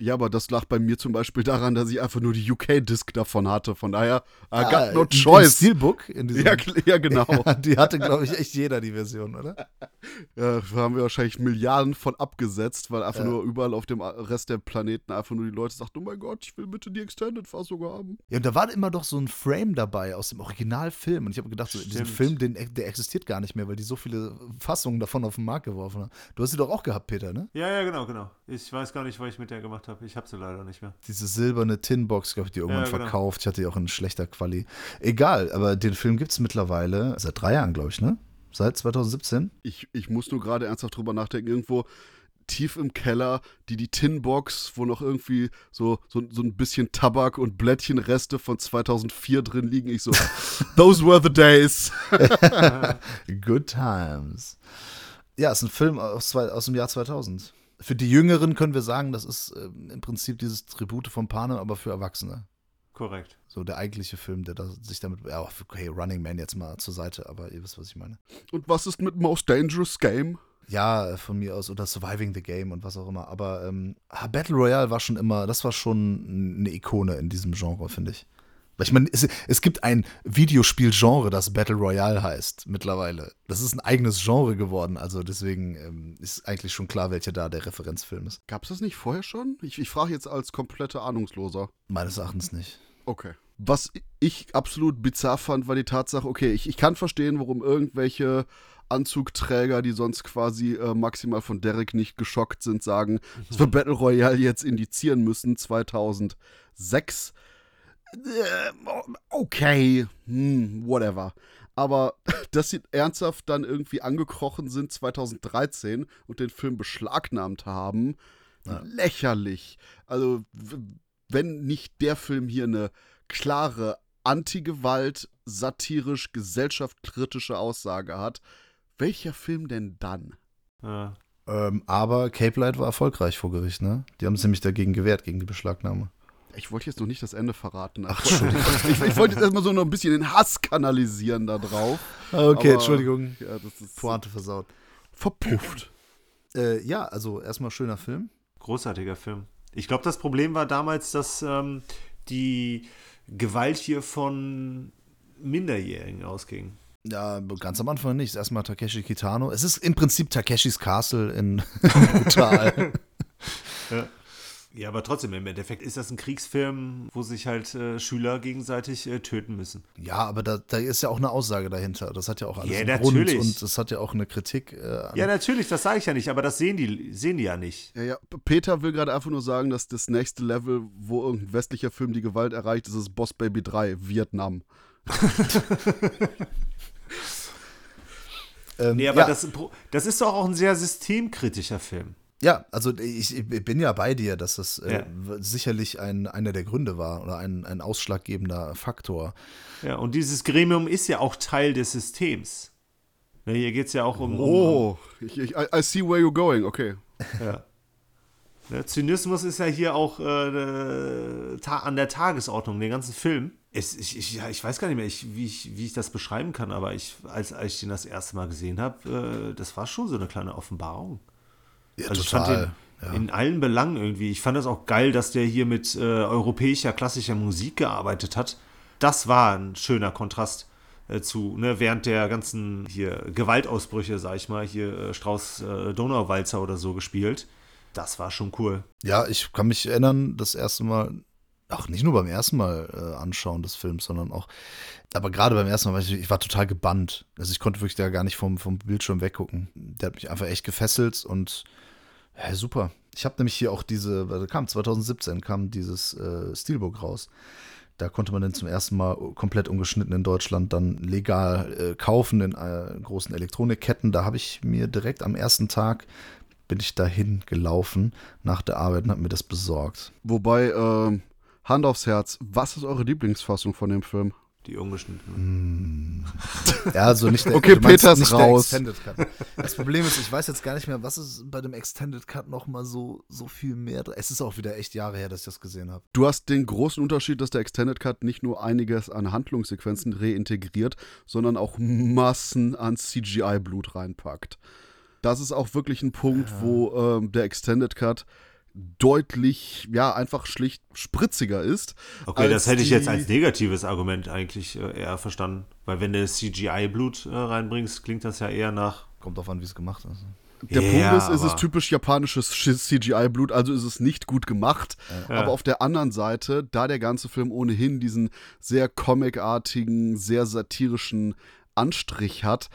Ja, aber das lag bei mir zum Beispiel daran, dass ich einfach nur die UK-Disc davon hatte. Von daher, I got no choice. Steelbook? In diesem Ja, genau. Ja, die hatte, glaube ich, echt jeder, die Version, oder? Ja, da haben wir wahrscheinlich Milliarden von abgesetzt, weil einfach nur überall auf dem Rest der Planeten einfach nur die Leute sagten, oh mein Gott, ich will bitte die Extended-Fassung haben. Ja, und da war immer doch so ein Frame dabei aus dem Originalfilm. Und ich habe gedacht, so, diesen Film, der existiert gar nicht mehr, weil die so viele Fassungen davon auf den Markt geworfen haben. Du hast sie doch auch gehabt, Peter, ne? Ja, genau. Ich weiß gar nicht, was ich mit der gemacht habe. Ich habe sie leider nicht mehr. Diese silberne Tinbox, glaube ich, die irgendwann genau. verkauft. Ich hatte die auch in schlechter Quali. Egal, aber den Film gibt es mittlerweile seit 3 Jahren, glaube ich, ne? Seit 2017. Ich muss nur gerade ernsthaft drüber nachdenken, irgendwo tief im Keller, die Tinbox, wo noch irgendwie so ein bisschen Tabak und Blättchenreste von 2004 drin liegen. Ich so, those were the days. Good times. Ja, ist ein Film aus dem Jahr 2000. Für die Jüngeren können wir sagen, das ist im Prinzip dieses Tribute von Panem, aber für Erwachsene. Korrekt. So der eigentliche Film, der sich damit, ja, okay, Running Man jetzt mal zur Seite, aber ihr wisst, was ich meine. Und was ist mit Most Dangerous Game? Ja, von mir aus, oder Surviving the Game und was auch immer, aber Battle Royale war schon immer, das war schon eine Ikone in diesem Genre, finde ich. Weil ich meine, es gibt ein Videospiel-Genre, das Battle Royale heißt mittlerweile. Das ist ein eigenes Genre geworden, also deswegen ist eigentlich schon klar, welcher da der Referenzfilm ist. Gab es das nicht vorher schon? Ich frage jetzt als kompletter Ahnungsloser. Meines Erachtens nicht. Okay. Was ich absolut bizarr fand, war die Tatsache, okay, ich kann verstehen, warum irgendwelche Anzugträger, die sonst quasi maximal von Derek nicht geschockt sind, sagen, dass wir Battle Royale jetzt indizieren müssen, 2006. Okay, whatever. Aber dass sie ernsthaft dann irgendwie angekrochen sind 2013 und den Film beschlagnahmt haben, lächerlich. Also, wenn nicht der Film hier eine klare Anti-Gewalt, satirisch, gesellschaftskritische Aussage hat, welcher Film denn dann? Ja. Aber Cape Light war erfolgreich vor Gericht, ne? Die haben sich nämlich dagegen gewehrt, gegen die Beschlagnahme. Ich wollte jetzt noch nicht das Ende verraten. Ach, Entschuldigung. Ich wollte jetzt erstmal so noch ein bisschen den Hass kanalisieren da drauf. Okay, aber, Entschuldigung. Ja, das ist Pointe versaut. verpufft. Ja, also erstmal schöner Film. Großartiger Film. Ich glaube, das Problem war damals, dass die Gewalt hier von Minderjährigen ausging. Ja, ganz am Anfang nicht. Erstmal Takeshi Kitano. Es ist im Prinzip Takeshis Castle in Brutal. Ja, aber trotzdem, im Endeffekt ist das ein Kriegsfilm, wo sich halt Schüler gegenseitig töten müssen. Ja, aber da ist ja auch eine Aussage dahinter. Das hat ja auch alles Ja, einen Grund natürlich. und das hat ja auch eine Kritik. Ja, natürlich, das sage ich ja nicht, aber das sehen die ja nicht. Ja, Peter will gerade einfach nur sagen, dass das nächste Level, wo irgendein westlicher Film die Gewalt erreicht, ist Boss Baby 3, Vietnam. Nee, aber das ist doch auch ein sehr systemkritischer Film. Ja, also ich bin ja bei dir, dass das sicherlich einer der Gründe war oder ein ausschlaggebender Faktor. Ja, und dieses Gremium ist ja auch Teil des Systems. Ne, hier geht es ja auch um. I see where you're going, okay. Ja. Der Zynismus ist ja hier auch an der Tagesordnung, den ganzen Film. Ich weiß gar nicht mehr, wie ich das beschreiben kann, aber als ich den das erste Mal gesehen habe, das war schon so eine kleine Offenbarung. Ja, also total. Ich fand den in allen Belangen irgendwie. Ich fand das auch geil, dass der hier mit europäischer, klassischer Musik gearbeitet hat. Das war ein schöner Kontrast zu, ne, während der ganzen hier Gewaltausbrüche, sag ich mal, hier Strauß Donauwalzer oder so gespielt. Das war schon cool. Ja, ich kann mich erinnern, das erste Mal, auch nicht nur beim ersten Mal anschauen des Films, sondern auch, aber gerade beim ersten Mal, ich war total gebannt. Also ich konnte wirklich da gar nicht vom Bildschirm weggucken. Der hat mich einfach echt gefesselt und ja, super. Ich habe nämlich hier auch 2017 kam dieses Steelbook raus. Da konnte man den zum ersten Mal komplett ungeschnitten in Deutschland dann legal kaufen in großen Elektronikketten. Da habe ich mir direkt am ersten Tag bin ich dahin gelaufen nach der Arbeit und habe mir das besorgt. Wobei, Hand aufs Herz, was ist eure Lieblingsfassung von dem Film? Die ungeschnittene. Ja, also nicht der, okay, Peter ist nicht raus. Der Extended Cut. Das Problem ist, ich weiß jetzt gar nicht mehr, was ist bei dem Extended Cut noch mal so viel mehr. Es ist auch wieder echt Jahre her, dass ich das gesehen habe. Du hast den großen Unterschied, dass der Extended Cut nicht nur einiges an Handlungssequenzen reintegriert, sondern auch Massen an CGI-Blut reinpackt. Das ist auch wirklich ein Punkt, wo der Extended Cut deutlich, ja, einfach schlicht spritziger ist. Okay, das hätte ich jetzt als negatives Argument eigentlich eher verstanden. Weil wenn du CGI-Blut reinbringst, klingt das ja eher nach... Kommt drauf an, wie es gemacht ist. Der Punkt ist, es ist typisch japanisches CGI-Blut, also ist es nicht gut gemacht. Ja. Aber auf der anderen Seite, da der ganze Film ohnehin diesen sehr comicartigen, sehr satirischen Anstrich hat,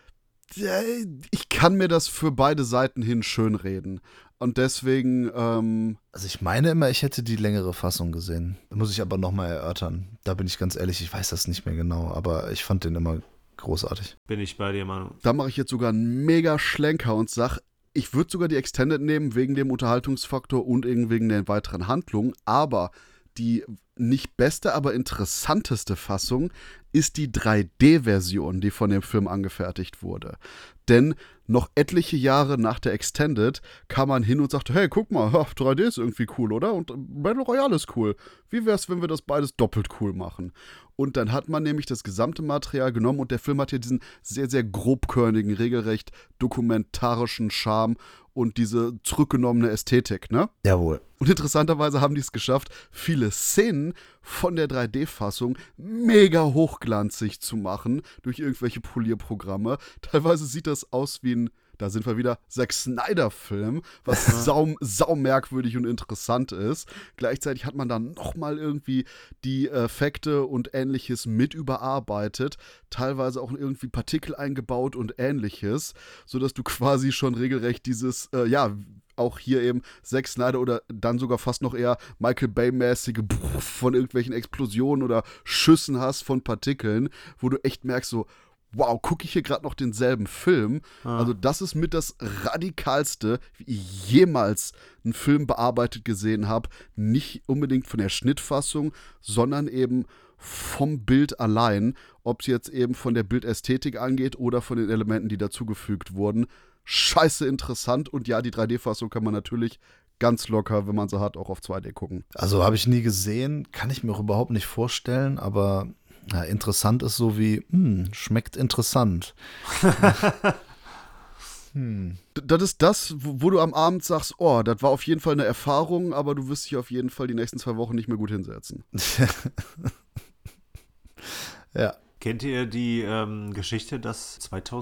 ich kann mir das für beide Seiten hin schönreden. Und deswegen, Also ich meine immer, ich hätte die längere Fassung gesehen. Muss ich aber nochmal erörtern. Da bin ich ganz ehrlich, ich weiß das nicht mehr genau, aber ich fand den immer großartig. Bin ich bei dir, Manu. da mache ich jetzt sogar einen mega Schlenker und sage, ich würde sogar die Extended nehmen, wegen dem Unterhaltungsfaktor und wegen der weiteren Handlung, aber die nicht beste, aber interessanteste Fassung ist die 3D-Version, die von dem Film angefertigt wurde. Denn noch etliche Jahre nach der Extended kam man hin und sagte, hey, guck mal, 3D ist irgendwie cool, oder? Und Battle Royale ist cool. Wie wär's, wenn wir das beides doppelt cool machen? Und dann hat man nämlich das gesamte Material genommen und der Film hat ja diesen sehr, sehr grobkörnigen, regelrecht dokumentarischen Charme und diese zurückgenommene Ästhetik, ne? Jawohl. Und interessanterweise haben die es geschafft, viele Szenen von der 3D-Fassung mega hochglanzig zu machen durch irgendwelche Polierprogramme. Teilweise sieht das aus wie ein, da sind wir wieder, Zack Snyder-Film, was sau merkwürdig und interessant ist. Gleichzeitig hat man dann nochmal irgendwie die Effekte und Ähnliches mit überarbeitet, teilweise auch irgendwie Partikel eingebaut und Ähnliches, sodass du quasi schon regelrecht dieses, auch hier eben Zack Snyder oder dann sogar fast noch eher Michael Bay-mäßige von irgendwelchen Explosionen oder Schüssen hast von Partikeln, wo du echt merkst so, wow, gucke ich hier gerade noch denselben Film? Also das ist mit das Radikalste, wie ich jemals einen Film bearbeitet gesehen habe. Nicht unbedingt von der Schnittfassung, sondern eben vom Bild allein. Ob es jetzt eben von der Bildästhetik angeht oder von den Elementen, die dazugefügt wurden. Scheiße interessant. Und ja, die 3D-Fassung kann man natürlich ganz locker, wenn man sie hat, auch auf 2D gucken. Also habe ich nie gesehen, kann ich mir auch überhaupt nicht vorstellen, aber ja, interessant ist so wie, schmeckt interessant. Das ist das, wo du am Abend sagst, oh, das war auf jeden Fall eine Erfahrung, aber du wirst dich auf jeden Fall die nächsten 2 Wochen nicht mehr gut hinsetzen. Ja. Kennt ihr die Geschichte, dass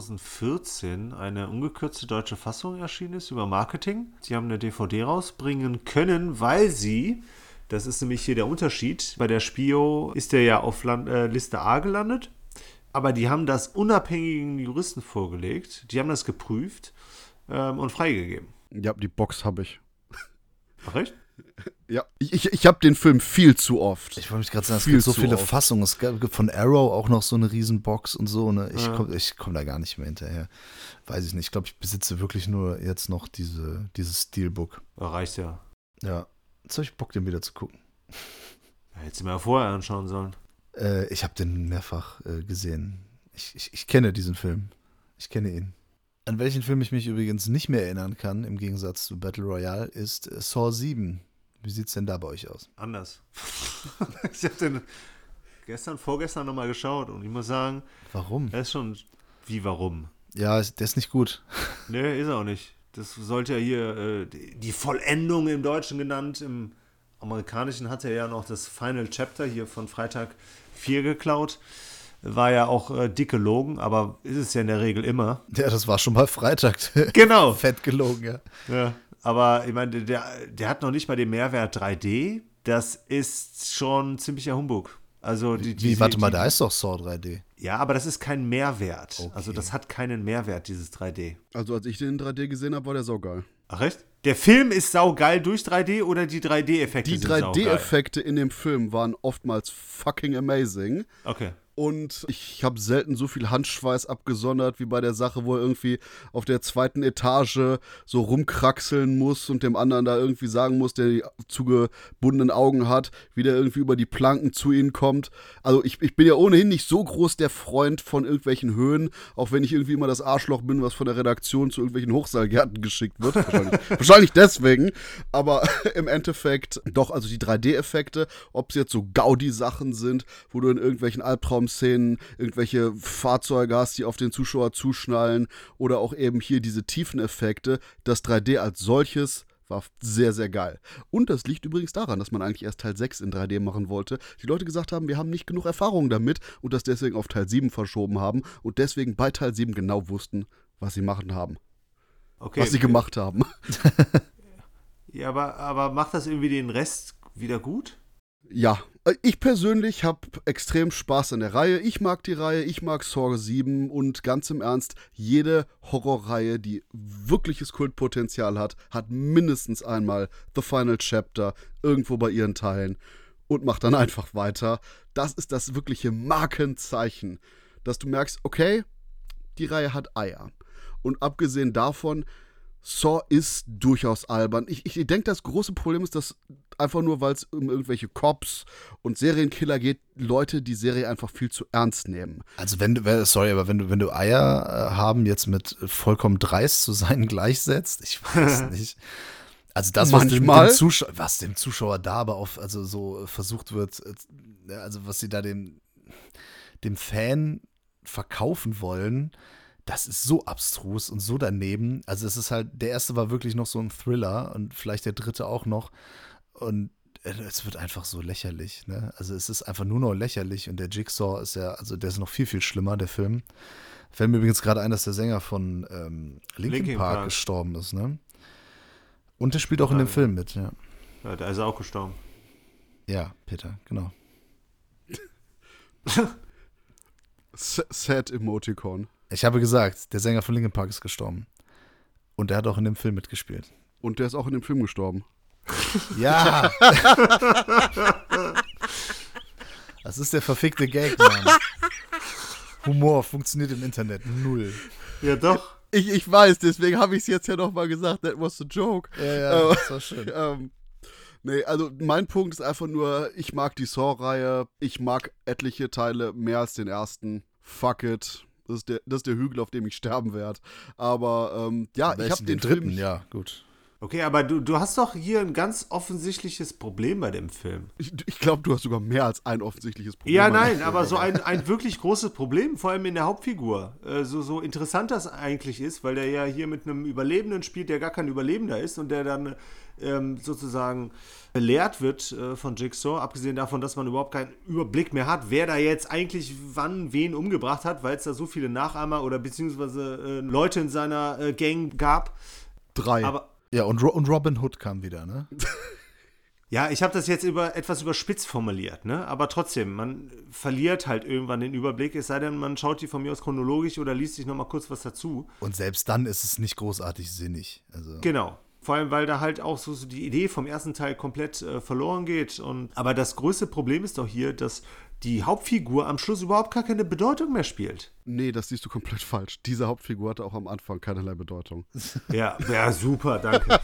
2014 eine ungekürzte deutsche Fassung erschienen ist über Marketing? Sie haben eine DVD rausbringen können, weil sie, das ist nämlich hier der Unterschied, bei der Spio ist der ja auf Liste A gelandet, aber die haben das unabhängigen Juristen vorgelegt, die haben das geprüft und freigegeben. Ja, die Box habe ich. Ach, recht? Ja, ich habe den Film viel zu oft. Ich wollte mich gerade sagen, es gibt so viele Fassungen. Es gibt von Arrow auch noch so eine Riesenbox und so. Ne? Ich komm da gar nicht mehr hinterher. Weiß ich nicht. Ich glaube, ich besitze wirklich nur jetzt noch dieses Steelbook. Reicht ja. Ja. Jetzt habe ich Bock, den wieder zu gucken. Ja, hättest du mir ja vorher anschauen sollen. Ich habe den mehrfach gesehen. Ich kenne diesen Film. Ich kenne ihn. An welchen Film ich mich übrigens nicht mehr erinnern kann, im Gegensatz zu Battle Royale, ist Saw 7. Wie sieht's denn da bei euch aus? Anders. Ich habe den vorgestern nochmal geschaut und ich muss sagen, Warum? er ist schon, wie warum? Ja, der ist nicht gut. Nee, ist er auch nicht. Das sollte ja hier die Vollendung im Deutschen genannt. Im Amerikanischen hat er ja noch das Final Chapter hier von Freitag 4 geklaut. War ja auch dick gelogen, aber ist es ja in der Regel immer. Ja, das war schon mal Freitag. Genau. Fett gelogen, ja. Ja. Aber ich meine, der hat noch nicht mal den Mehrwert 3D. Das ist schon ziemlicher Humbug. Also Warte mal, da ist doch Saw 3D. Ja, aber das ist kein Mehrwert. Okay. Also das hat keinen Mehrwert, dieses 3D. Also als ich den in 3D gesehen habe, war der saugeil. Ach echt? Der Film ist saugeil durch 3D oder die 3D-Effekte Die sind saugeil? 3D-Effekte in dem Film waren oftmals fucking amazing. Okay. Und ich habe selten so viel Handschweiß abgesondert wie bei der Sache, wo er irgendwie auf der 2. Etage so rumkraxeln muss und dem anderen da irgendwie sagen muss, der die zugebundenen Augen hat, wie der irgendwie über die Planken zu ihnen kommt. Also ich bin ja ohnehin nicht so groß der Freund von irgendwelchen Höhen, auch wenn ich irgendwie immer das Arschloch bin, was von der Redaktion zu irgendwelchen Hochseilgärten geschickt wird. Wahrscheinlich deswegen. Aber im Endeffekt doch, also die 3D-Effekte, ob es jetzt so Gaudi-Sachen sind, wo du in irgendwelchen Albtraum Szenen irgendwelche Fahrzeuge hast, die auf den Zuschauer zuschnallen oder auch eben hier diese Tiefeneffekte. Das 3D als solches War sehr, sehr geil. Und das liegt übrigens daran, dass man eigentlich erst Teil 6 in 3D machen wollte. Die Leute gesagt haben, wir haben nicht genug Erfahrung damit und das deswegen auf Teil 7 verschoben haben und deswegen bei Teil 7 genau wussten, was sie machen haben. Okay. Was sie gemacht haben. Ja, aber macht das irgendwie den Rest wieder gut? Ja, ich persönlich habe extrem Spaß an der Reihe. Ich mag die Reihe, ich mag Saw 7 und ganz im Ernst, jede Horrorreihe, die wirkliches Kultpotenzial hat, hat mindestens einmal The Final Chapter irgendwo bei ihren Teilen und macht dann einfach weiter. Das ist das wirkliche Markenzeichen, dass du merkst, okay, die Reihe hat Eier. Und abgesehen davon, Saw ist durchaus albern. Ich denke, das große Problem ist, dass einfach nur, weil es um irgendwelche Cops und Serienkiller geht, Leute die Serie einfach viel zu ernst nehmen. Also wenn du Eier haben jetzt mit vollkommen dreist zu sein gleichsetzt, ich weiß nicht. Also das, was dem Zuschauer da aber also so versucht wird, also was sie da dem Fan verkaufen wollen, das ist so abstrus und so daneben. Also es ist halt, der erste war wirklich noch so ein Thriller und vielleicht der dritte auch noch. Und es wird einfach so lächerlich, ne? Also es ist einfach nur noch lächerlich und der Jigsaw ist ja, also der ist noch viel, viel schlimmer, der Film. Fällt mir übrigens gerade ein, dass der Sänger von Linkin Park gestorben ist, ne? Und der spielt auch in dem Film mit, ja. Ja, da ist er auch gestorben. Ja, Peter, genau. Sad Emoticon. Ich habe gesagt, der Sänger von Linkin Park ist gestorben. Und der hat auch in dem Film mitgespielt. Und der ist auch in dem Film gestorben. Ja! Das ist der verfickte Gag, Mann. Humor funktioniert im Internet null. Ja, doch. Ich weiß, deswegen habe ich es jetzt ja nochmal gesagt, that was a joke. Ja, das war schön. Nee, also mein Punkt ist einfach nur, ich mag die Saw-Reihe, ich mag etliche Teile mehr als den ersten. Fuck it. Das ist der Hügel, auf dem ich sterben werde. Aber ja, ich habe den dritten, Film, ja, gut. Okay, aber du hast doch hier ein ganz offensichtliches Problem bei dem Film. Ich glaube, du hast sogar mehr als ein offensichtliches Problem. Ja, nein, aber so ein wirklich großes Problem, vor allem in der Hauptfigur. So interessant das eigentlich ist, weil der ja hier mit einem Überlebenden spielt, der gar kein Überlebender ist und der dann sozusagen belehrt wird von Jigsaw, abgesehen davon, dass man überhaupt keinen Überblick mehr hat, wer da jetzt eigentlich wann wen umgebracht hat, weil es da so viele Nachahmer oder beziehungsweise Leute in seiner Gang gab. 3. Aber ja, und Robin Hood kam wieder, ne? ja, ich habe das jetzt etwas überspitzt formuliert, ne? Aber trotzdem, man verliert halt irgendwann den Überblick, es sei denn, man schaut die von mir aus chronologisch oder liest sich nochmal kurz was dazu. Und selbst dann ist es nicht großartig sinnig. Also. Genau. Vor allem, weil da halt auch so die Idee vom ersten Teil komplett verloren geht. Aber das größte Problem ist doch hier, dass die Hauptfigur am Schluss überhaupt gar keine Bedeutung mehr spielt. Nee, das siehst du komplett falsch. Diese Hauptfigur hatte auch am Anfang keinerlei Bedeutung. Ja, super, danke.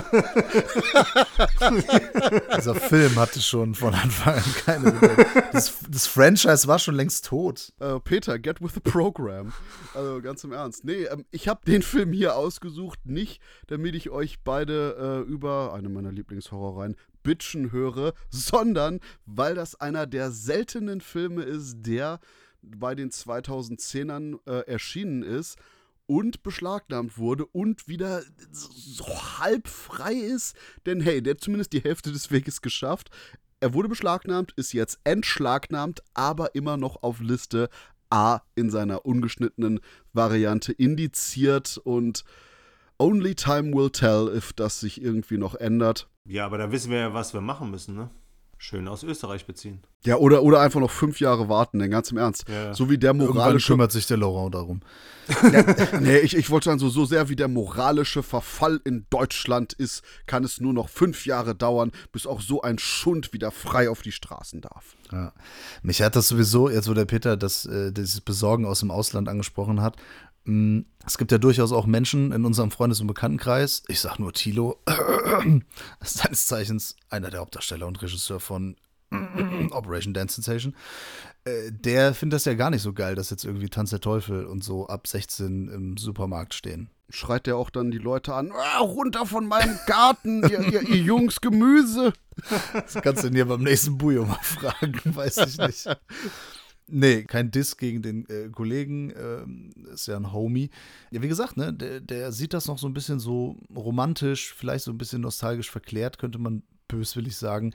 Dieser Film hatte schon von Anfang an keine Bedeutung. Das Franchise war schon längst tot. Peter, get with the program. Also ganz im Ernst. Nee, ich habe den Film hier ausgesucht, nicht damit ich euch beide über eine meiner Lieblingshorrorreihen bitchen höre, sondern weil das einer der seltenen Filme ist, der bei den 2010ern erschienen ist und beschlagnahmt wurde und wieder so halb frei ist. Denn hey, der hat zumindest die Hälfte des Weges geschafft. Er wurde beschlagnahmt, ist jetzt entschlagnahmt, aber immer noch auf Liste A in seiner ungeschnittenen Variante indiziert und only time will tell, if das sich irgendwie noch ändert. Ja, aber da wissen wir ja, was wir machen müssen, ne? Schön aus Österreich beziehen. Ja, oder einfach noch 5 Jahre warten, denn ganz im Ernst. Ja. So wie der Irgendwann moralische... kümmert sich der Laurent darum. Nee, ich wollte sagen, so sehr wie der moralische Verfall in Deutschland ist, kann es nur noch 5 Jahre dauern, bis auch so ein Schund wieder frei auf die Straßen darf. Ja. Mich hat das sowieso, jetzt wo der Peter dieses Besorgen aus dem Ausland angesprochen hat, es gibt ja durchaus auch Menschen in unserem Freundes- und Bekanntenkreis, ich sag nur Thilo, seines Zeichens einer der Hauptdarsteller und Regisseur von Operation Dance Sensation, der findet das ja gar nicht so geil, dass jetzt irgendwie Tanz der Teufel und so ab 16 im Supermarkt stehen. Schreit der auch dann die Leute an, runter von meinem Garten, ihr Jungs Gemüse. Das kannst du dir beim nächsten Bujo mal fragen, weiß ich nicht. Nee, kein Diss gegen den Kollegen, ist ja ein Homie. Ja, wie gesagt, ne, der sieht das noch so ein bisschen so romantisch, vielleicht so ein bisschen nostalgisch verklärt, könnte man böswillig sagen.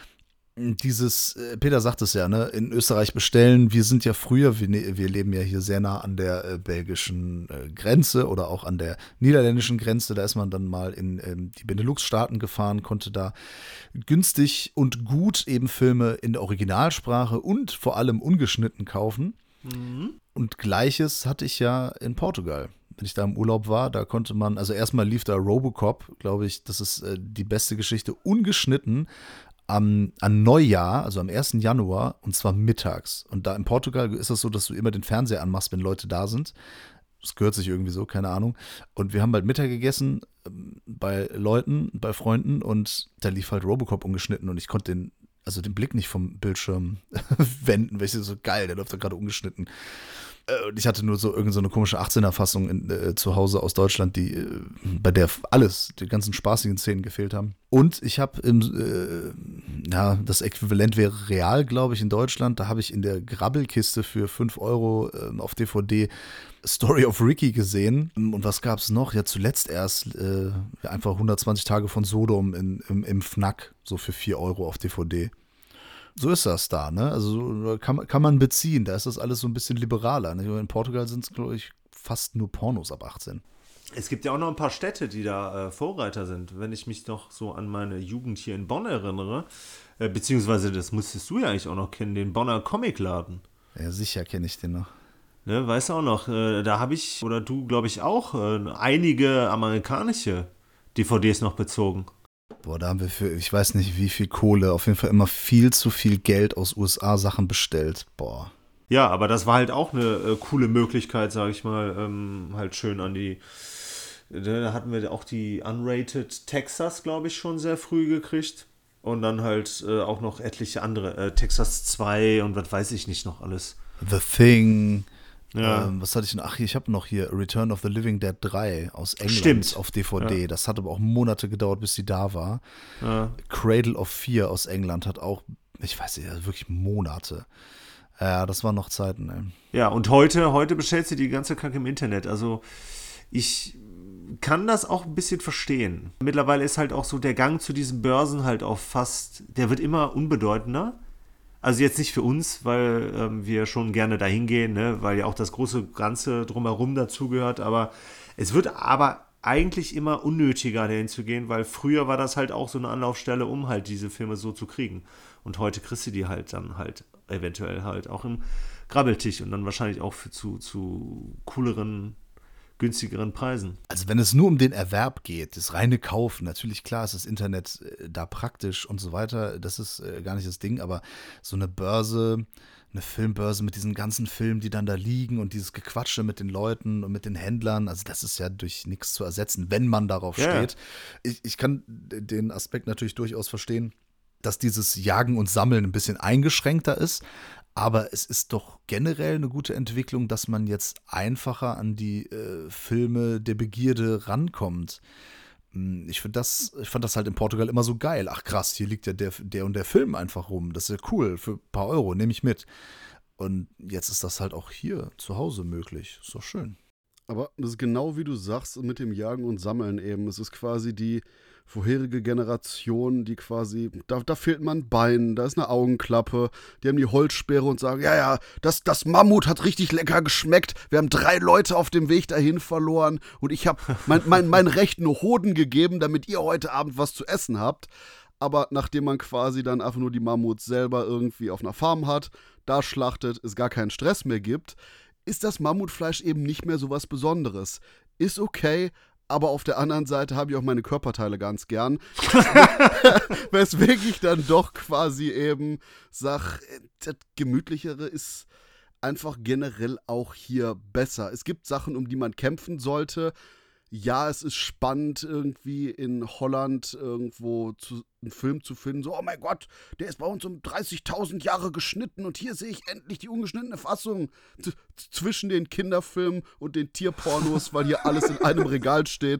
Peter sagt es ja, ne, in Österreich bestellen, wir sind ja früher, wir leben ja hier sehr nah an der belgischen Grenze oder auch an der niederländischen Grenze, da ist man dann mal in die Benelux-Staaten gefahren, konnte da günstig und gut eben Filme in der Originalsprache und vor allem ungeschnitten kaufen. Und Gleiches hatte ich ja in Portugal. Wenn ich da im Urlaub war, da konnte man, also erstmal lief da Robocop, glaube ich, das ist die beste Geschichte, ungeschnitten an Neujahr, also am 1. Januar, und zwar mittags. Und da in Portugal ist das so, dass du immer den Fernseher anmachst, wenn Leute da sind. Das gehört sich irgendwie so, keine Ahnung. Und wir haben halt Mittag gegessen bei Leuten, bei Freunden, und da lief halt Robocop ungeschnitten und ich konnte den Blick nicht vom Bildschirm wenden, weil ich so, geil, der läuft da gerade ungeschnitten. Und ich hatte nur so irgend so eine komische 18er-Fassung zu Hause aus Deutschland, bei der die ganzen spaßigen Szenen gefehlt haben. Und ich habe das Äquivalent wäre Real, glaube ich, in Deutschland. Da habe ich in der Grabbelkiste für 5 Euro auf DVD Story of Ricky gesehen. Und was gab es noch? Ja, zuletzt erst einfach 120 Tage von Sodom im Fnac, so für 4 Euro auf DVD. So ist das da, ne? Also kann man beziehen, da ist das alles so ein bisschen liberaler. Ne? In Portugal sind es, glaube ich, fast nur Pornos ab 18. Es gibt ja auch noch ein paar Städte, die da Vorreiter sind. Wenn ich mich noch so an meine Jugend hier in Bonn erinnere, beziehungsweise das müsstest du ja eigentlich auch noch kennen, den Bonner Comicladen. Ja, sicher kenne ich den noch. Ne, weißt du auch noch, da habe ich, oder du, glaube ich, auch einige amerikanische DVDs noch bezogen. Boah, da haben wir für, ich weiß nicht wie viel Kohle, auf jeden Fall immer viel zu viel Geld aus USA Sachen bestellt. Boah. Ja, aber das war halt auch eine coole Möglichkeit, sage ich mal, halt schön an die, da hatten wir auch die Unrated Texas, glaube ich, schon sehr früh gekriegt. Und dann halt auch noch etliche andere, Texas 2 und was weiß ich nicht noch alles. The Thing. Ja. Was hatte ich noch? Ach, ich habe noch hier Return of the Living Dead 3 aus England. Stimmt. Auf DVD. Ja. Das hat aber auch Monate gedauert, bis sie da war. Ja. Cradle of Fear aus England hat auch, ich weiß nicht, wirklich Monate. Ja, das waren noch Zeiten. Ey. Ja, und heute bestellst du die ganze Kacke im Internet. Also ich kann das auch ein bisschen verstehen. Mittlerweile ist halt auch so der Gang zu diesen Börsen halt auch fast, der wird immer unbedeutender. Also jetzt nicht für uns, weil wir schon gerne dahin gehen, ne? Weil ja auch das große Ganze drumherum dazugehört, aber es wird aber eigentlich immer unnötiger, dahin zu gehen, weil früher war das halt auch so eine Anlaufstelle, um halt diese Filme so zu kriegen. Und heute kriegst du die halt dann halt eventuell halt auch im Grabbeltisch und dann wahrscheinlich auch zu cooleren, günstigeren Preisen. Also wenn es nur um den Erwerb geht, das reine Kaufen, natürlich klar ist das Internet da praktisch und so weiter, das ist gar nicht das Ding, aber so eine Börse, eine Filmbörse mit diesen ganzen Filmen, die dann da liegen und dieses Gequatsche mit den Leuten und mit den Händlern, also das ist ja durch nichts zu ersetzen, wenn man darauf steht. Ich kann den Aspekt natürlich durchaus verstehen, dass dieses Jagen und Sammeln ein bisschen eingeschränkter ist, aber es ist doch generell eine gute Entwicklung, dass man jetzt einfacher an die Filme der Begierde rankommt. Ich fand das halt in Portugal immer so geil. Ach krass, hier liegt ja der und der Film einfach rum. Das ist ja cool, für ein paar Euro, nehme ich mit. Und jetzt ist das halt auch hier zu Hause möglich. Ist doch schön. Aber das ist genau wie du sagst mit dem Jagen und Sammeln eben. Es ist quasi die vorherige Generation, die quasi, da fehlt mal ein Bein, da ist eine Augenklappe, die haben die Holzsperre und sagen, ja, das Mammut hat richtig lecker geschmeckt, wir haben 3 Leute auf dem Weg dahin verloren und ich habe meinen rechten Hoden gegeben, damit ihr heute Abend was zu essen habt. Aber nachdem man quasi dann einfach nur die Mammuts selber irgendwie auf einer Farm hat, da schlachtet, es gar keinen Stress mehr gibt, ist das Mammutfleisch eben nicht mehr so was Besonderes. Ist okay, aber auf der anderen Seite habe ich auch meine Körperteile ganz gern. Weswegen ich dann doch quasi eben sage, das Gemütlichere ist einfach generell auch hier besser. Es gibt Sachen, um die man kämpfen sollte. Ja, es ist spannend, irgendwie in Holland irgendwo einen Film zu finden. So, oh mein Gott, der ist bei uns um 30.000 Jahre geschnitten und hier sehe ich endlich die ungeschnittene Fassung zwischen den Kinderfilmen und den Tierpornos, weil hier alles in einem Regal steht.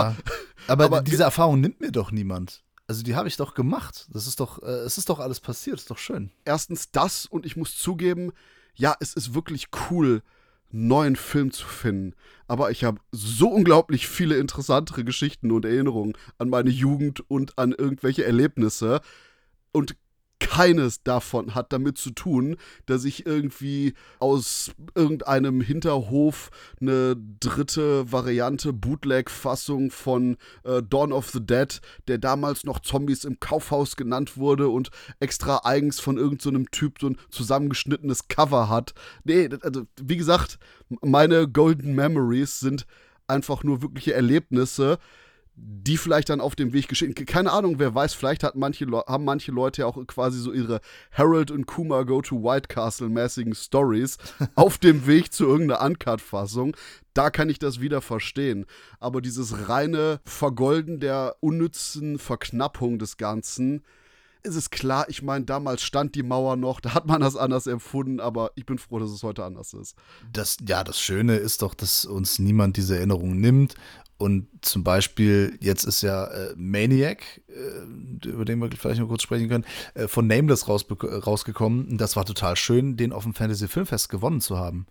Aber diese Erfahrung nimmt mir doch niemand. Also die habe ich doch gemacht. Es ist doch alles passiert, ist doch schön. Erstens das und ich muss zugeben, ja, es ist wirklich cool, einen neuen Film zu finden. Aber ich habe so unglaublich viele interessantere Geschichten und Erinnerungen an meine Jugend und an irgendwelche Erlebnisse. Und keines davon hat damit zu tun, dass ich irgendwie aus irgendeinem Hinterhof eine dritte Variante, Bootleg-Fassung von Dawn of the Dead, der damals noch Zombies im Kaufhaus genannt wurde und extra eigens von irgendeinem Typ so ein zusammengeschnittenes Cover hat. Nee, also wie gesagt, meine Golden Memories sind einfach nur wirkliche Erlebnisse, die vielleicht dann auf dem Weg geschehen. Keine Ahnung, wer weiß, vielleicht haben manche Leute ja auch quasi so ihre Harold und Kumar Go to White Castle-mäßigen Stories auf dem Weg zu irgendeiner Uncut-Fassung. Da kann ich das wieder verstehen. Aber dieses reine Vergolden der unnützen Verknappung des Ganzen, ist es klar, ich meine, damals stand die Mauer noch, da hat man das anders empfunden, aber ich bin froh, dass es heute anders ist. Das Schöne ist doch, dass uns niemand diese Erinnerungen nimmt. Und zum Beispiel, jetzt ist ja Maniac, über den wir vielleicht noch kurz sprechen können, von Nameless rausgekommen. Das war total schön, den auf dem Fantasy Filmfest gewonnen zu haben.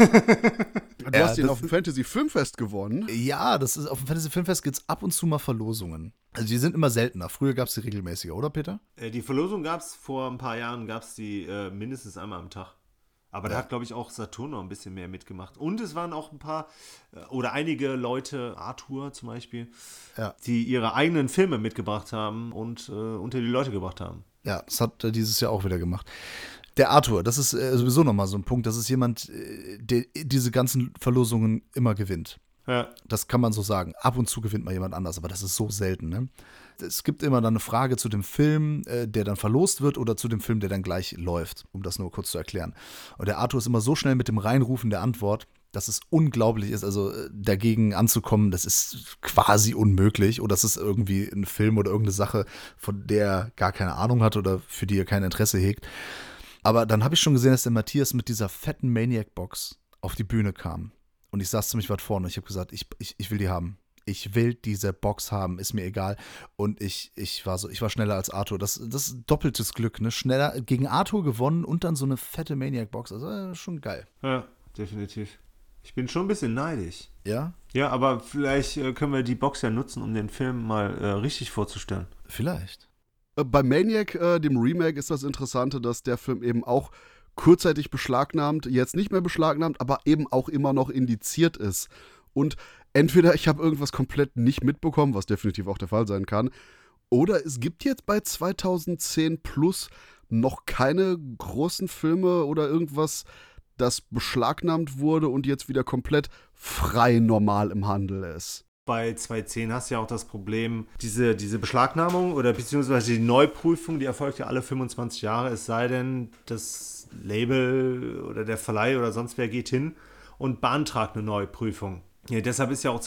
Du hast den auf dem Fantasy Filmfest gewonnen? Ja, das ist, auf dem Fantasy Filmfest gibt es ab und zu mal Verlosungen. Also die sind immer seltener. Früher gab es die regelmäßiger, oder Peter? Die Verlosung gab es vor ein paar Jahren, gab es die mindestens einmal am Tag. Aber da hat, glaube ich, auch Saturn noch ein bisschen mehr mitgemacht. Und es waren auch ein paar oder einige Leute, Arthur zum Beispiel, die ihre eigenen Filme mitgebracht haben und unter die Leute gebracht haben. Ja, das hat er dieses Jahr auch wieder gemacht. Der Arthur, das ist sowieso nochmal so ein Punkt. Das ist jemand, der diese ganzen Verlosungen immer gewinnt. Ja. Das kann man so sagen. Ab und zu gewinnt mal jemand anders, aber das ist so selten, ne? Es gibt immer dann eine Frage zu dem Film, der dann verlost wird, oder zu dem Film, der dann gleich läuft, um das nur kurz zu erklären. Und der Arthur ist immer so schnell mit dem Reinrufen der Antwort, dass es unglaublich ist. Also dagegen anzukommen, das ist quasi unmöglich. Oder das ist irgendwie ein Film oder irgendeine Sache, von der er gar keine Ahnung hat oder für die er kein Interesse hegt. Aber dann habe ich schon gesehen, dass der Matthias mit dieser fetten Maniac-Box auf die Bühne kam. Und ich saß ziemlich weit vorne und ich habe gesagt, ich will die haben. Ich will diese Box haben, ist mir egal. Und ich war schneller als Arthur. Das ist doppeltes Glück, ne? Schneller gegen Arthur gewonnen und dann so eine fette Maniac-Box. Also schon geil. Ja, definitiv. Ich bin schon ein bisschen neidisch. Ja? Ja, aber vielleicht können wir die Box ja nutzen, um den Film mal richtig vorzustellen. Vielleicht. Bei Maniac, dem Remake, ist das Interessante, dass der Film eben auch kurzzeitig beschlagnahmt, jetzt nicht mehr beschlagnahmt, aber eben auch immer noch indiziert ist. Und entweder ich habe irgendwas komplett nicht mitbekommen, was definitiv auch der Fall sein kann, oder es gibt jetzt bei 2010 plus noch keine großen Filme oder irgendwas, das beschlagnahmt wurde und jetzt wieder komplett frei normal im Handel ist. Bei 2010 hast du ja auch das Problem, diese Beschlagnahmung oder beziehungsweise die Neuprüfung, die erfolgt ja alle 25 Jahre, es sei denn, das Label oder der Verleih oder sonst wer geht hin und beantragt eine Neuprüfung. Ja, deshalb ist ja auch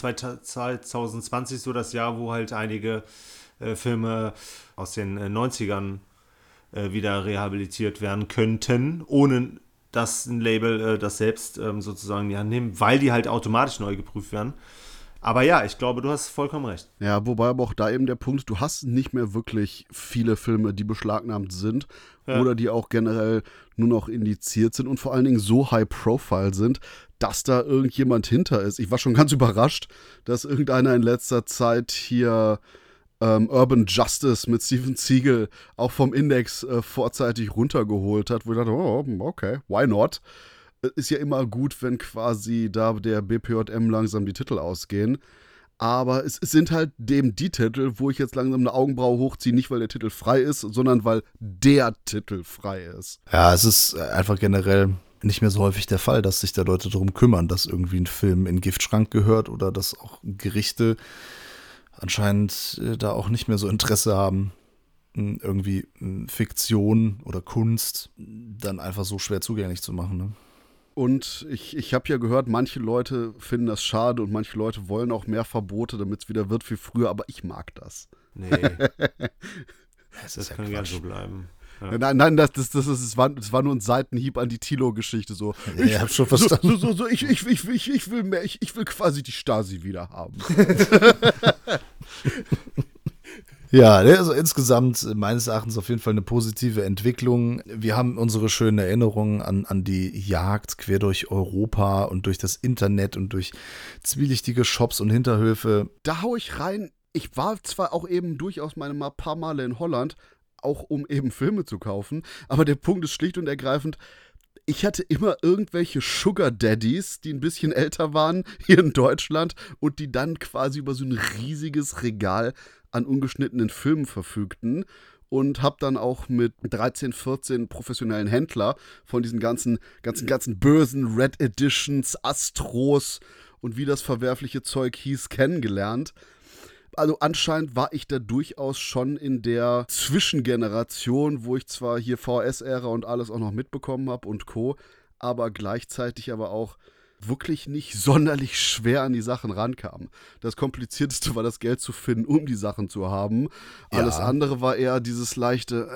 2020 so das Jahr, wo halt einige Filme aus den 90ern wieder rehabilitiert werden könnten, ohne dass ein Label das selbst sozusagen in die Hand nimmt, weil die halt automatisch neu geprüft werden. Aber ja, ich glaube, du hast vollkommen recht. Ja, wobei aber auch da eben der Punkt, du hast nicht mehr wirklich viele Filme, die beschlagnahmt sind oder die auch generell nur noch indiziert sind und vor allen Dingen so high-profile sind, dass da irgendjemand hinter ist. Ich war schon ganz überrascht, dass irgendeiner in letzter Zeit hier Urban Justice mit Steven Seagal auch vom Index vorzeitig runtergeholt hat, wo ich dachte, oh, okay, why not? Ist ja immer gut, wenn quasi da der BPJM langsam die Titel ausgehen. Aber es sind halt eben die Titel, wo ich jetzt langsam eine Augenbraue hochziehe, nicht weil der Titel frei ist, sondern weil der Titel frei ist. Ja, es ist einfach generell nicht mehr so häufig der Fall, dass sich da Leute darum kümmern, dass irgendwie ein Film in den Giftschrank gehört oder dass auch Gerichte anscheinend da auch nicht mehr so Interesse haben, irgendwie Fiktion oder Kunst dann einfach so schwer zugänglich zu machen, ne? Und ich habe ja gehört, manche Leute finden das schade und manche Leute wollen auch mehr Verbote, damit es wieder wird wie früher, aber ich mag das. Nee, das kann gerne so bleiben. Ja. Nein, das war nur ein Seitenhieb an die Thilo-Geschichte. So. Ich hab schon verstanden. Ich will mehr, ich will quasi die Stasi wieder haben. Ja, also insgesamt meines Erachtens auf jeden Fall eine positive Entwicklung. Wir haben unsere schönen Erinnerungen an die Jagd quer durch Europa und durch das Internet und durch zwielichtige Shops und Hinterhöfe. Da hau ich rein. Ich war zwar auch eben durchaus mal ein paar Male in Holland, auch um eben Filme zu kaufen, aber der Punkt ist schlicht und ergreifend, ich hatte immer irgendwelche Sugar Daddies, die ein bisschen älter waren hier in Deutschland und die dann quasi über so ein riesiges Regal an ungeschnittenen Filmen verfügten und habe dann auch mit 13, 14 professionellen Händler von diesen ganzen bösen Red Editions, Astros und wie das verwerfliche Zeug hieß, kennengelernt. Also anscheinend war ich da durchaus schon in der Zwischengeneration, wo ich zwar hier VHS-Ära und alles auch noch mitbekommen habe und Co., aber gleichzeitig aber auch wirklich nicht sonderlich schwer an die Sachen rankam. Das Komplizierteste war, das Geld zu finden, um die Sachen zu haben. Alles andere war eher dieses leichte,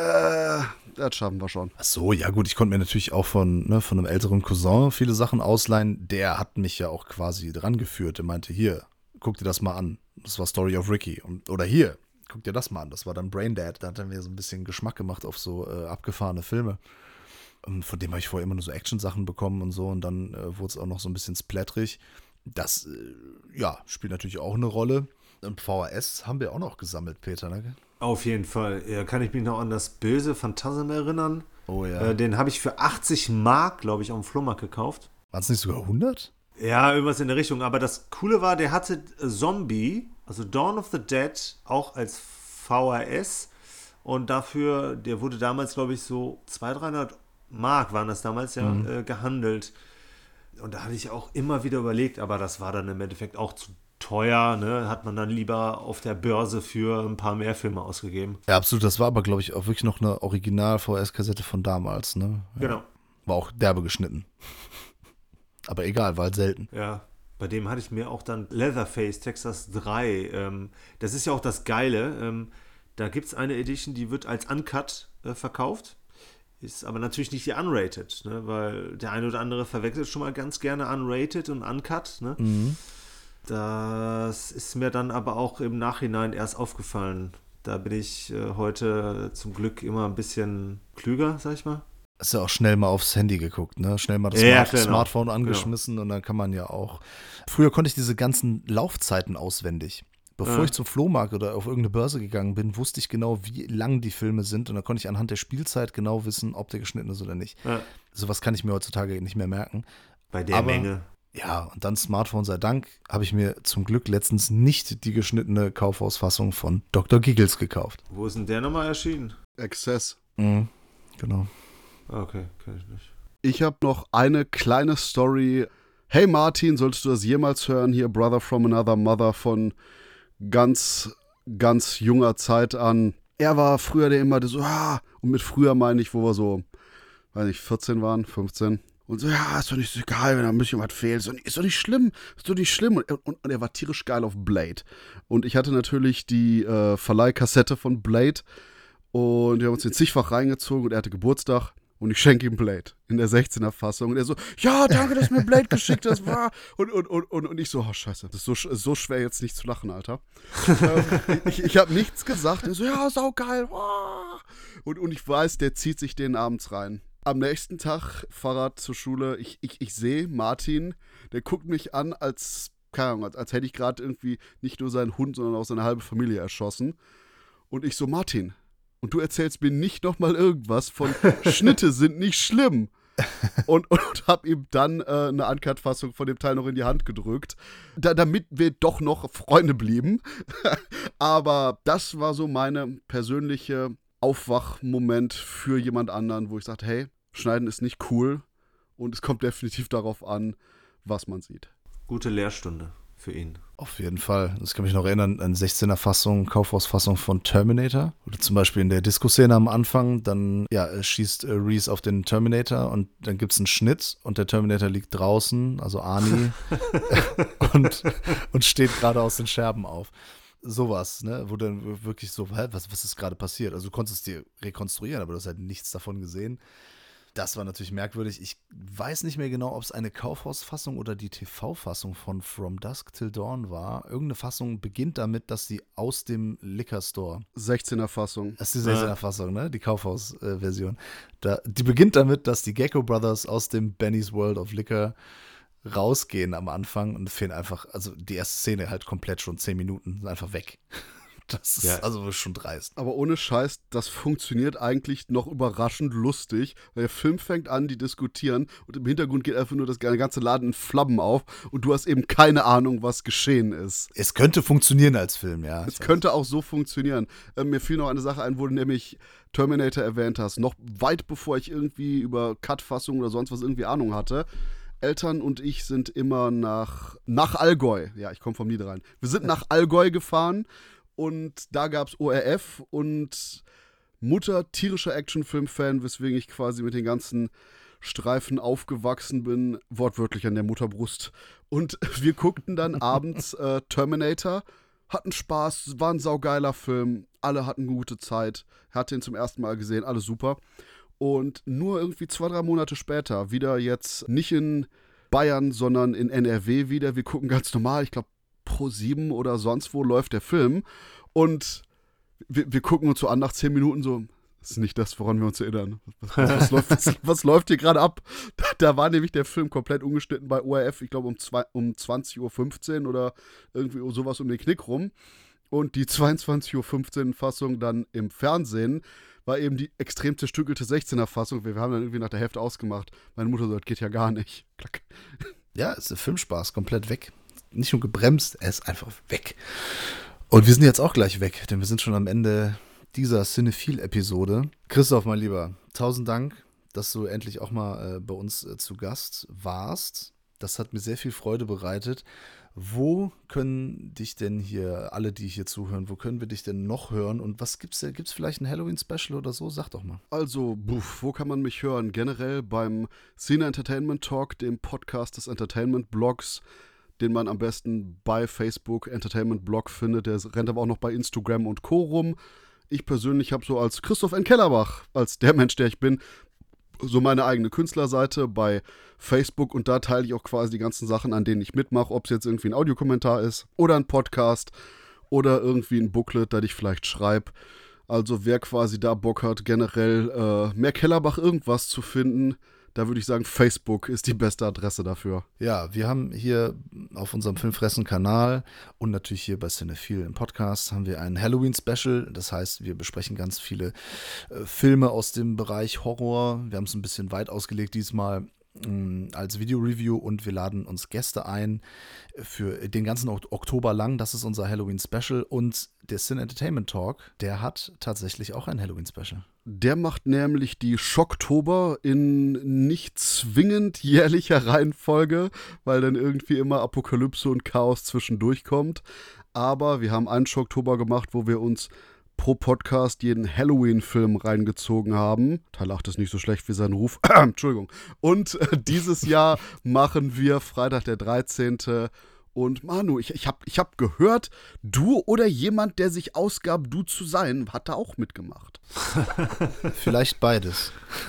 das schaffen wir schon. Ach so, ja gut, ich konnte mir natürlich auch von einem älteren Cousin viele Sachen ausleihen. Der hat mich ja auch quasi dran geführt. Der meinte, hier, guck dir das mal an. Das war Story of Ricky. Oder hier, guck dir das mal an. Das war dann Braindead. Da hat er mir so ein bisschen Geschmack gemacht auf so abgefahrene Filme. Und von dem habe ich vorher immer nur so Action-Sachen bekommen und so. Und dann wurde es auch noch so ein bisschen splatterig. Das, spielt natürlich auch eine Rolle. Und VHS haben wir auch noch gesammelt, Peter, ne? Auf jeden Fall. Ja, kann ich mich noch an das böse Phantasm erinnern. Oh ja. Den habe ich für 80 Mark, glaube ich, auf dem Flohmarkt gekauft. Waren es nicht sogar 100? Ja, irgendwas in der Richtung. Aber das Coole war, der hatte Zombie, also Dawn of the Dead, auch als VHS. Und dafür, der wurde damals, glaube ich, so 200, 300 Mark waren das damals gehandelt. Und da hatte ich auch immer wieder überlegt, aber das war dann im Endeffekt auch zu teuer, ne? Hat man dann lieber auf der Börse für ein paar mehr Filme ausgegeben. Ja, absolut. Das war aber, glaube ich, auch wirklich noch eine Original-VHS-Kassette von damals, ne? Ja. Genau. War auch derbe geschnitten. Aber egal, war halt selten. Ja, bei dem hatte ich mir auch dann Leatherface Texas 3. Das ist ja auch das Geile. Da gibt es eine Edition, die wird als Uncut verkauft. Ist aber natürlich nicht die Unrated, ne? Weil der eine oder andere verwechselt schon mal ganz gerne Unrated und Uncut. Ne? Mhm. Das ist mir dann aber auch im Nachhinein erst aufgefallen. Da bin ich heute zum Glück immer ein bisschen klüger, sag ich mal. Hast ja auch schnell mal aufs Handy geguckt, ne? Schnell mal das Smartphone angeschmissen und dann kann man ja auch. Früher konnte ich diese ganzen Laufzeiten auswendig. Bevor ich zum Flohmarkt oder auf irgendeine Börse gegangen bin, wusste ich genau, wie lang die Filme sind und dann konnte ich anhand der Spielzeit genau wissen, ob der geschnitten ist oder nicht. Ja. Sowas kann ich mir heutzutage nicht mehr merken. Bei der Menge. Ja, und dann Smartphone sei Dank, habe ich mir zum Glück letztens nicht die geschnittene Kaufhausfassung von Dr. Giggles gekauft. Wo ist denn der nochmal erschienen? Access. Mhm, genau. Okay, kann ich nicht. Ich habe noch eine kleine Story. Hey Martin, solltest du das jemals hören? Hier Brother from Another Mother von ganz, ganz junger Zeit an. Er war früher der immer so, und mit früher meine ich, wo wir so, weiß nicht, 14 waren, 15. Und so, ist doch nicht so geil, wenn da ein bisschen was fehlt. Ist doch nicht schlimm, ist doch nicht schlimm. Und er war tierisch geil auf Blade. Und ich hatte natürlich die Verleihkassette von Blade. Und wir haben uns den zigfach reingezogen und er hatte Geburtstag. Und ich schenke ihm Blade in der 16er-Fassung. Und er so, ja, danke, dass du mir Blade geschickt hast. Und ich so, scheiße, das ist so schwer jetzt nicht zu lachen, Alter. Ich habe nichts gesagt. Er so, ja, saugeil. Und ich weiß, der zieht sich den abends rein. Am nächsten Tag, Fahrrad zur Schule, ich sehe Martin, der guckt mich an, als hätte ich gerade irgendwie nicht nur seinen Hund, sondern auch seine halbe Familie erschossen. Und ich so, Martin, und du erzählst mir nicht nochmal irgendwas von Schnitte sind nicht schlimm. Und hab ihm dann eine Uncut-Fassung von dem Teil noch in die Hand gedrückt, damit wir doch noch Freunde blieben. Aber das war so meine persönliche Aufwachmoment für jemand anderen, wo ich sagte, hey, Schneiden ist nicht cool und es kommt definitiv darauf an, was man sieht. Gute Lehrstunde für ihn. Auf jeden Fall. Das kann mich noch erinnern an 16er-Fassung, Kaufhausfassung von Terminator. Oder zum Beispiel in der Disco-Szene am Anfang, dann schießt Reese auf den Terminator und dann gibt es einen Schnitt und der Terminator liegt draußen, also Arnie, und steht gerade aus den Scherben auf. Sowas, ne, wo dann wirklich so, was ist gerade passiert? Also du konntest es dir rekonstruieren, aber du hast halt nichts davon gesehen. Das war natürlich merkwürdig. Ich weiß nicht mehr genau, ob es eine Kaufhausfassung oder die TV-Fassung von From Dusk Till Dawn war. Irgendeine Fassung beginnt damit, dass die aus dem Liquor Store. 16er Fassung. Das ist die 16er Fassung, ne? Die Kaufhaus-Version. Die beginnt damit, dass die Gecko Brothers aus dem Benny's World of Liquor rausgehen am Anfang und fehlen einfach, also die erste Szene halt komplett schon 10 Minuten, sind einfach weg. Das ist also schon dreist. Aber ohne Scheiß, das funktioniert eigentlich noch überraschend lustig. Der Film fängt an, die diskutieren und im Hintergrund geht einfach nur das ganze Laden in Flammen auf und du hast eben keine Ahnung, was geschehen ist. Es könnte funktionieren als Film, ja. Es könnte auch so funktionieren. Mir fiel noch eine Sache ein, wo du nämlich Terminator erwähnt hast. Noch weit bevor ich irgendwie über Cut-Fassung oder sonst was irgendwie Ahnung hatte. Eltern und ich sind immer nach Allgäu. Ja, ich komme vom Niederrhein. Wir sind nach Allgäu gefahren. Und da gab es ORF und Mutter tierischer Actionfilm-Fan, weswegen ich quasi mit den ganzen Streifen aufgewachsen bin, wortwörtlich an der Mutterbrust. Und wir guckten dann abends Terminator, hatten Spaß, war ein saugeiler Film, alle hatten gute Zeit, hatte ihn zum ersten Mal gesehen, alles super. Und nur irgendwie 2-3 Monate später, wieder jetzt nicht in Bayern, sondern in NRW wieder, wir gucken ganz normal, ich glaube Pro7 oder sonst wo läuft der Film und wir gucken uns so an nach 10 Minuten so, das ist nicht das, woran wir uns erinnern. Was läuft hier gerade ab? Da war nämlich der Film komplett ungeschnitten bei ORF, ich glaube um 20:15 Uhr oder irgendwie sowas um den Knick rum. Und die 22:15 Uhr Fassung dann im Fernsehen war eben die extrem zerstückelte 16er Fassung. Wir haben dann irgendwie nach der Hälfte ausgemacht. Meine Mutter so, das geht ja gar nicht. Klack. Ja, ist der Filmspaß komplett weg. Nicht nur gebremst, er ist einfach weg. Und wir sind jetzt auch gleich weg, denn wir sind schon am Ende dieser Cinephile-Episode. Christoph, mein Lieber, 1000 Dank, dass du endlich auch mal bei uns zu Gast warst. Das hat mir sehr viel Freude bereitet. Wo können dich denn hier, alle, die hier zuhören, wo können wir dich denn noch hören? Und was gibt's denn? Gibt's vielleicht ein Halloween-Special oder so? Sag doch mal. Also, wo kann man mich hören? Generell beim Cine Entertainment Talk, dem Podcast des Entertainment Blogs, den man am besten bei Facebook Entertainment Blog findet. Der rennt aber auch noch bei Instagram und Co. rum. Ich persönlich habe so als Christoph N. Kellerbach, als der Mensch, der ich bin, so meine eigene Künstlerseite bei Facebook und da teile ich auch quasi die ganzen Sachen, an denen ich mitmache, ob es jetzt irgendwie ein Audiokommentar ist oder ein Podcast oder irgendwie ein Booklet, das ich vielleicht schreibe. Also wer quasi da Bock hat, generell mehr Kellerbach irgendwas zu finden, da würde ich sagen, Facebook ist die beste Adresse dafür. Ja, wir haben hier auf unserem Filmfressen-Kanal und natürlich hier bei Cinephile im Podcast haben wir ein Halloween-Special. Das heißt, wir besprechen ganz viele Filme aus dem Bereich Horror. Wir haben es ein bisschen weit ausgelegt diesmal als Video-Review und wir laden uns Gäste ein für den ganzen Oktober lang. Das ist unser Halloween-Special und der Cine Entertainment Talk, der hat tatsächlich auch ein Halloween-Special. Der macht nämlich die Schocktober in nicht zwingend jährlicher Reihenfolge, weil dann irgendwie immer Apokalypse und Chaos zwischendurch kommt. Aber wir haben einen Schocktober gemacht, wo wir uns pro Podcast jeden Halloween-Film reingezogen haben. Teil 8 ist nicht so schlecht wie sein Ruf. Entschuldigung. Und dieses Jahr machen wir Freitag der 13. Und Manu, ich hab gehört, du oder jemand, der sich ausgab, du zu sein, hat da auch mitgemacht. Vielleicht beides.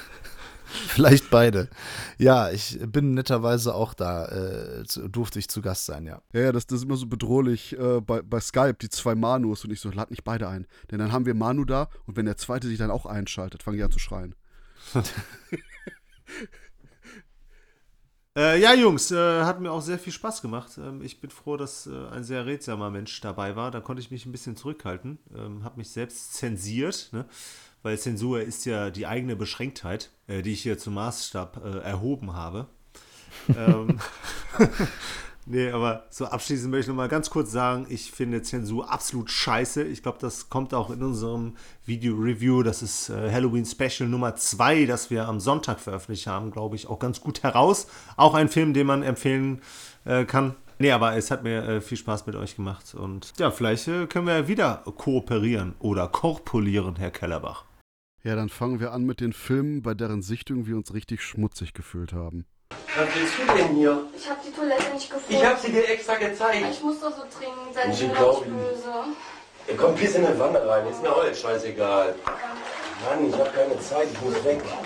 Vielleicht beide. Ja, ich bin netterweise auch da, durfte ich zu Gast sein, ja. Ja, das ist immer so bedrohlich bei Skype, die 2 Manus und ich so, lad nicht beide ein. Denn dann haben wir Manu da und wenn der zweite sich dann auch einschaltet, fangen die an zu schreien. Ja, Jungs, hat mir auch sehr viel Spaß gemacht. Ich bin froh, dass ein sehr redsamer Mensch dabei war. Da konnte ich mich ein bisschen zurückhalten. Habe mich selbst zensiert, ne? Weil Zensur ist ja die eigene Beschränktheit, die ich hier zum Maßstab erhoben habe. Nee, aber so abschließend möchte ich noch mal ganz kurz sagen, ich finde Zensur absolut scheiße. Ich glaube, das kommt auch in unserem Video-Review, das ist Halloween-Special Nummer 2, das wir am Sonntag veröffentlicht haben, glaube ich, auch ganz gut heraus. Auch ein Film, den man empfehlen kann. Nee, aber es hat mir viel Spaß mit euch gemacht. Und ja, vielleicht können wir wieder kooperieren oder korpulieren, Herr Kellerbach. Ja, dann fangen wir an mit den Filmen, bei deren Sichtung wir uns richtig schmutzig gefühlt haben. Was willst du denn hier? Ich hab die Toilette nicht gefunden. Ich hab sie dir extra gezeigt. Ich muss doch so dringend sein, ich Ich bin glaub nicht Ihnen. böse. Ja, komm, piss in eine Wanne rein. Ist mir auch jetzt scheißegal. Mann, ich hab keine Zeit. Ich muss weg.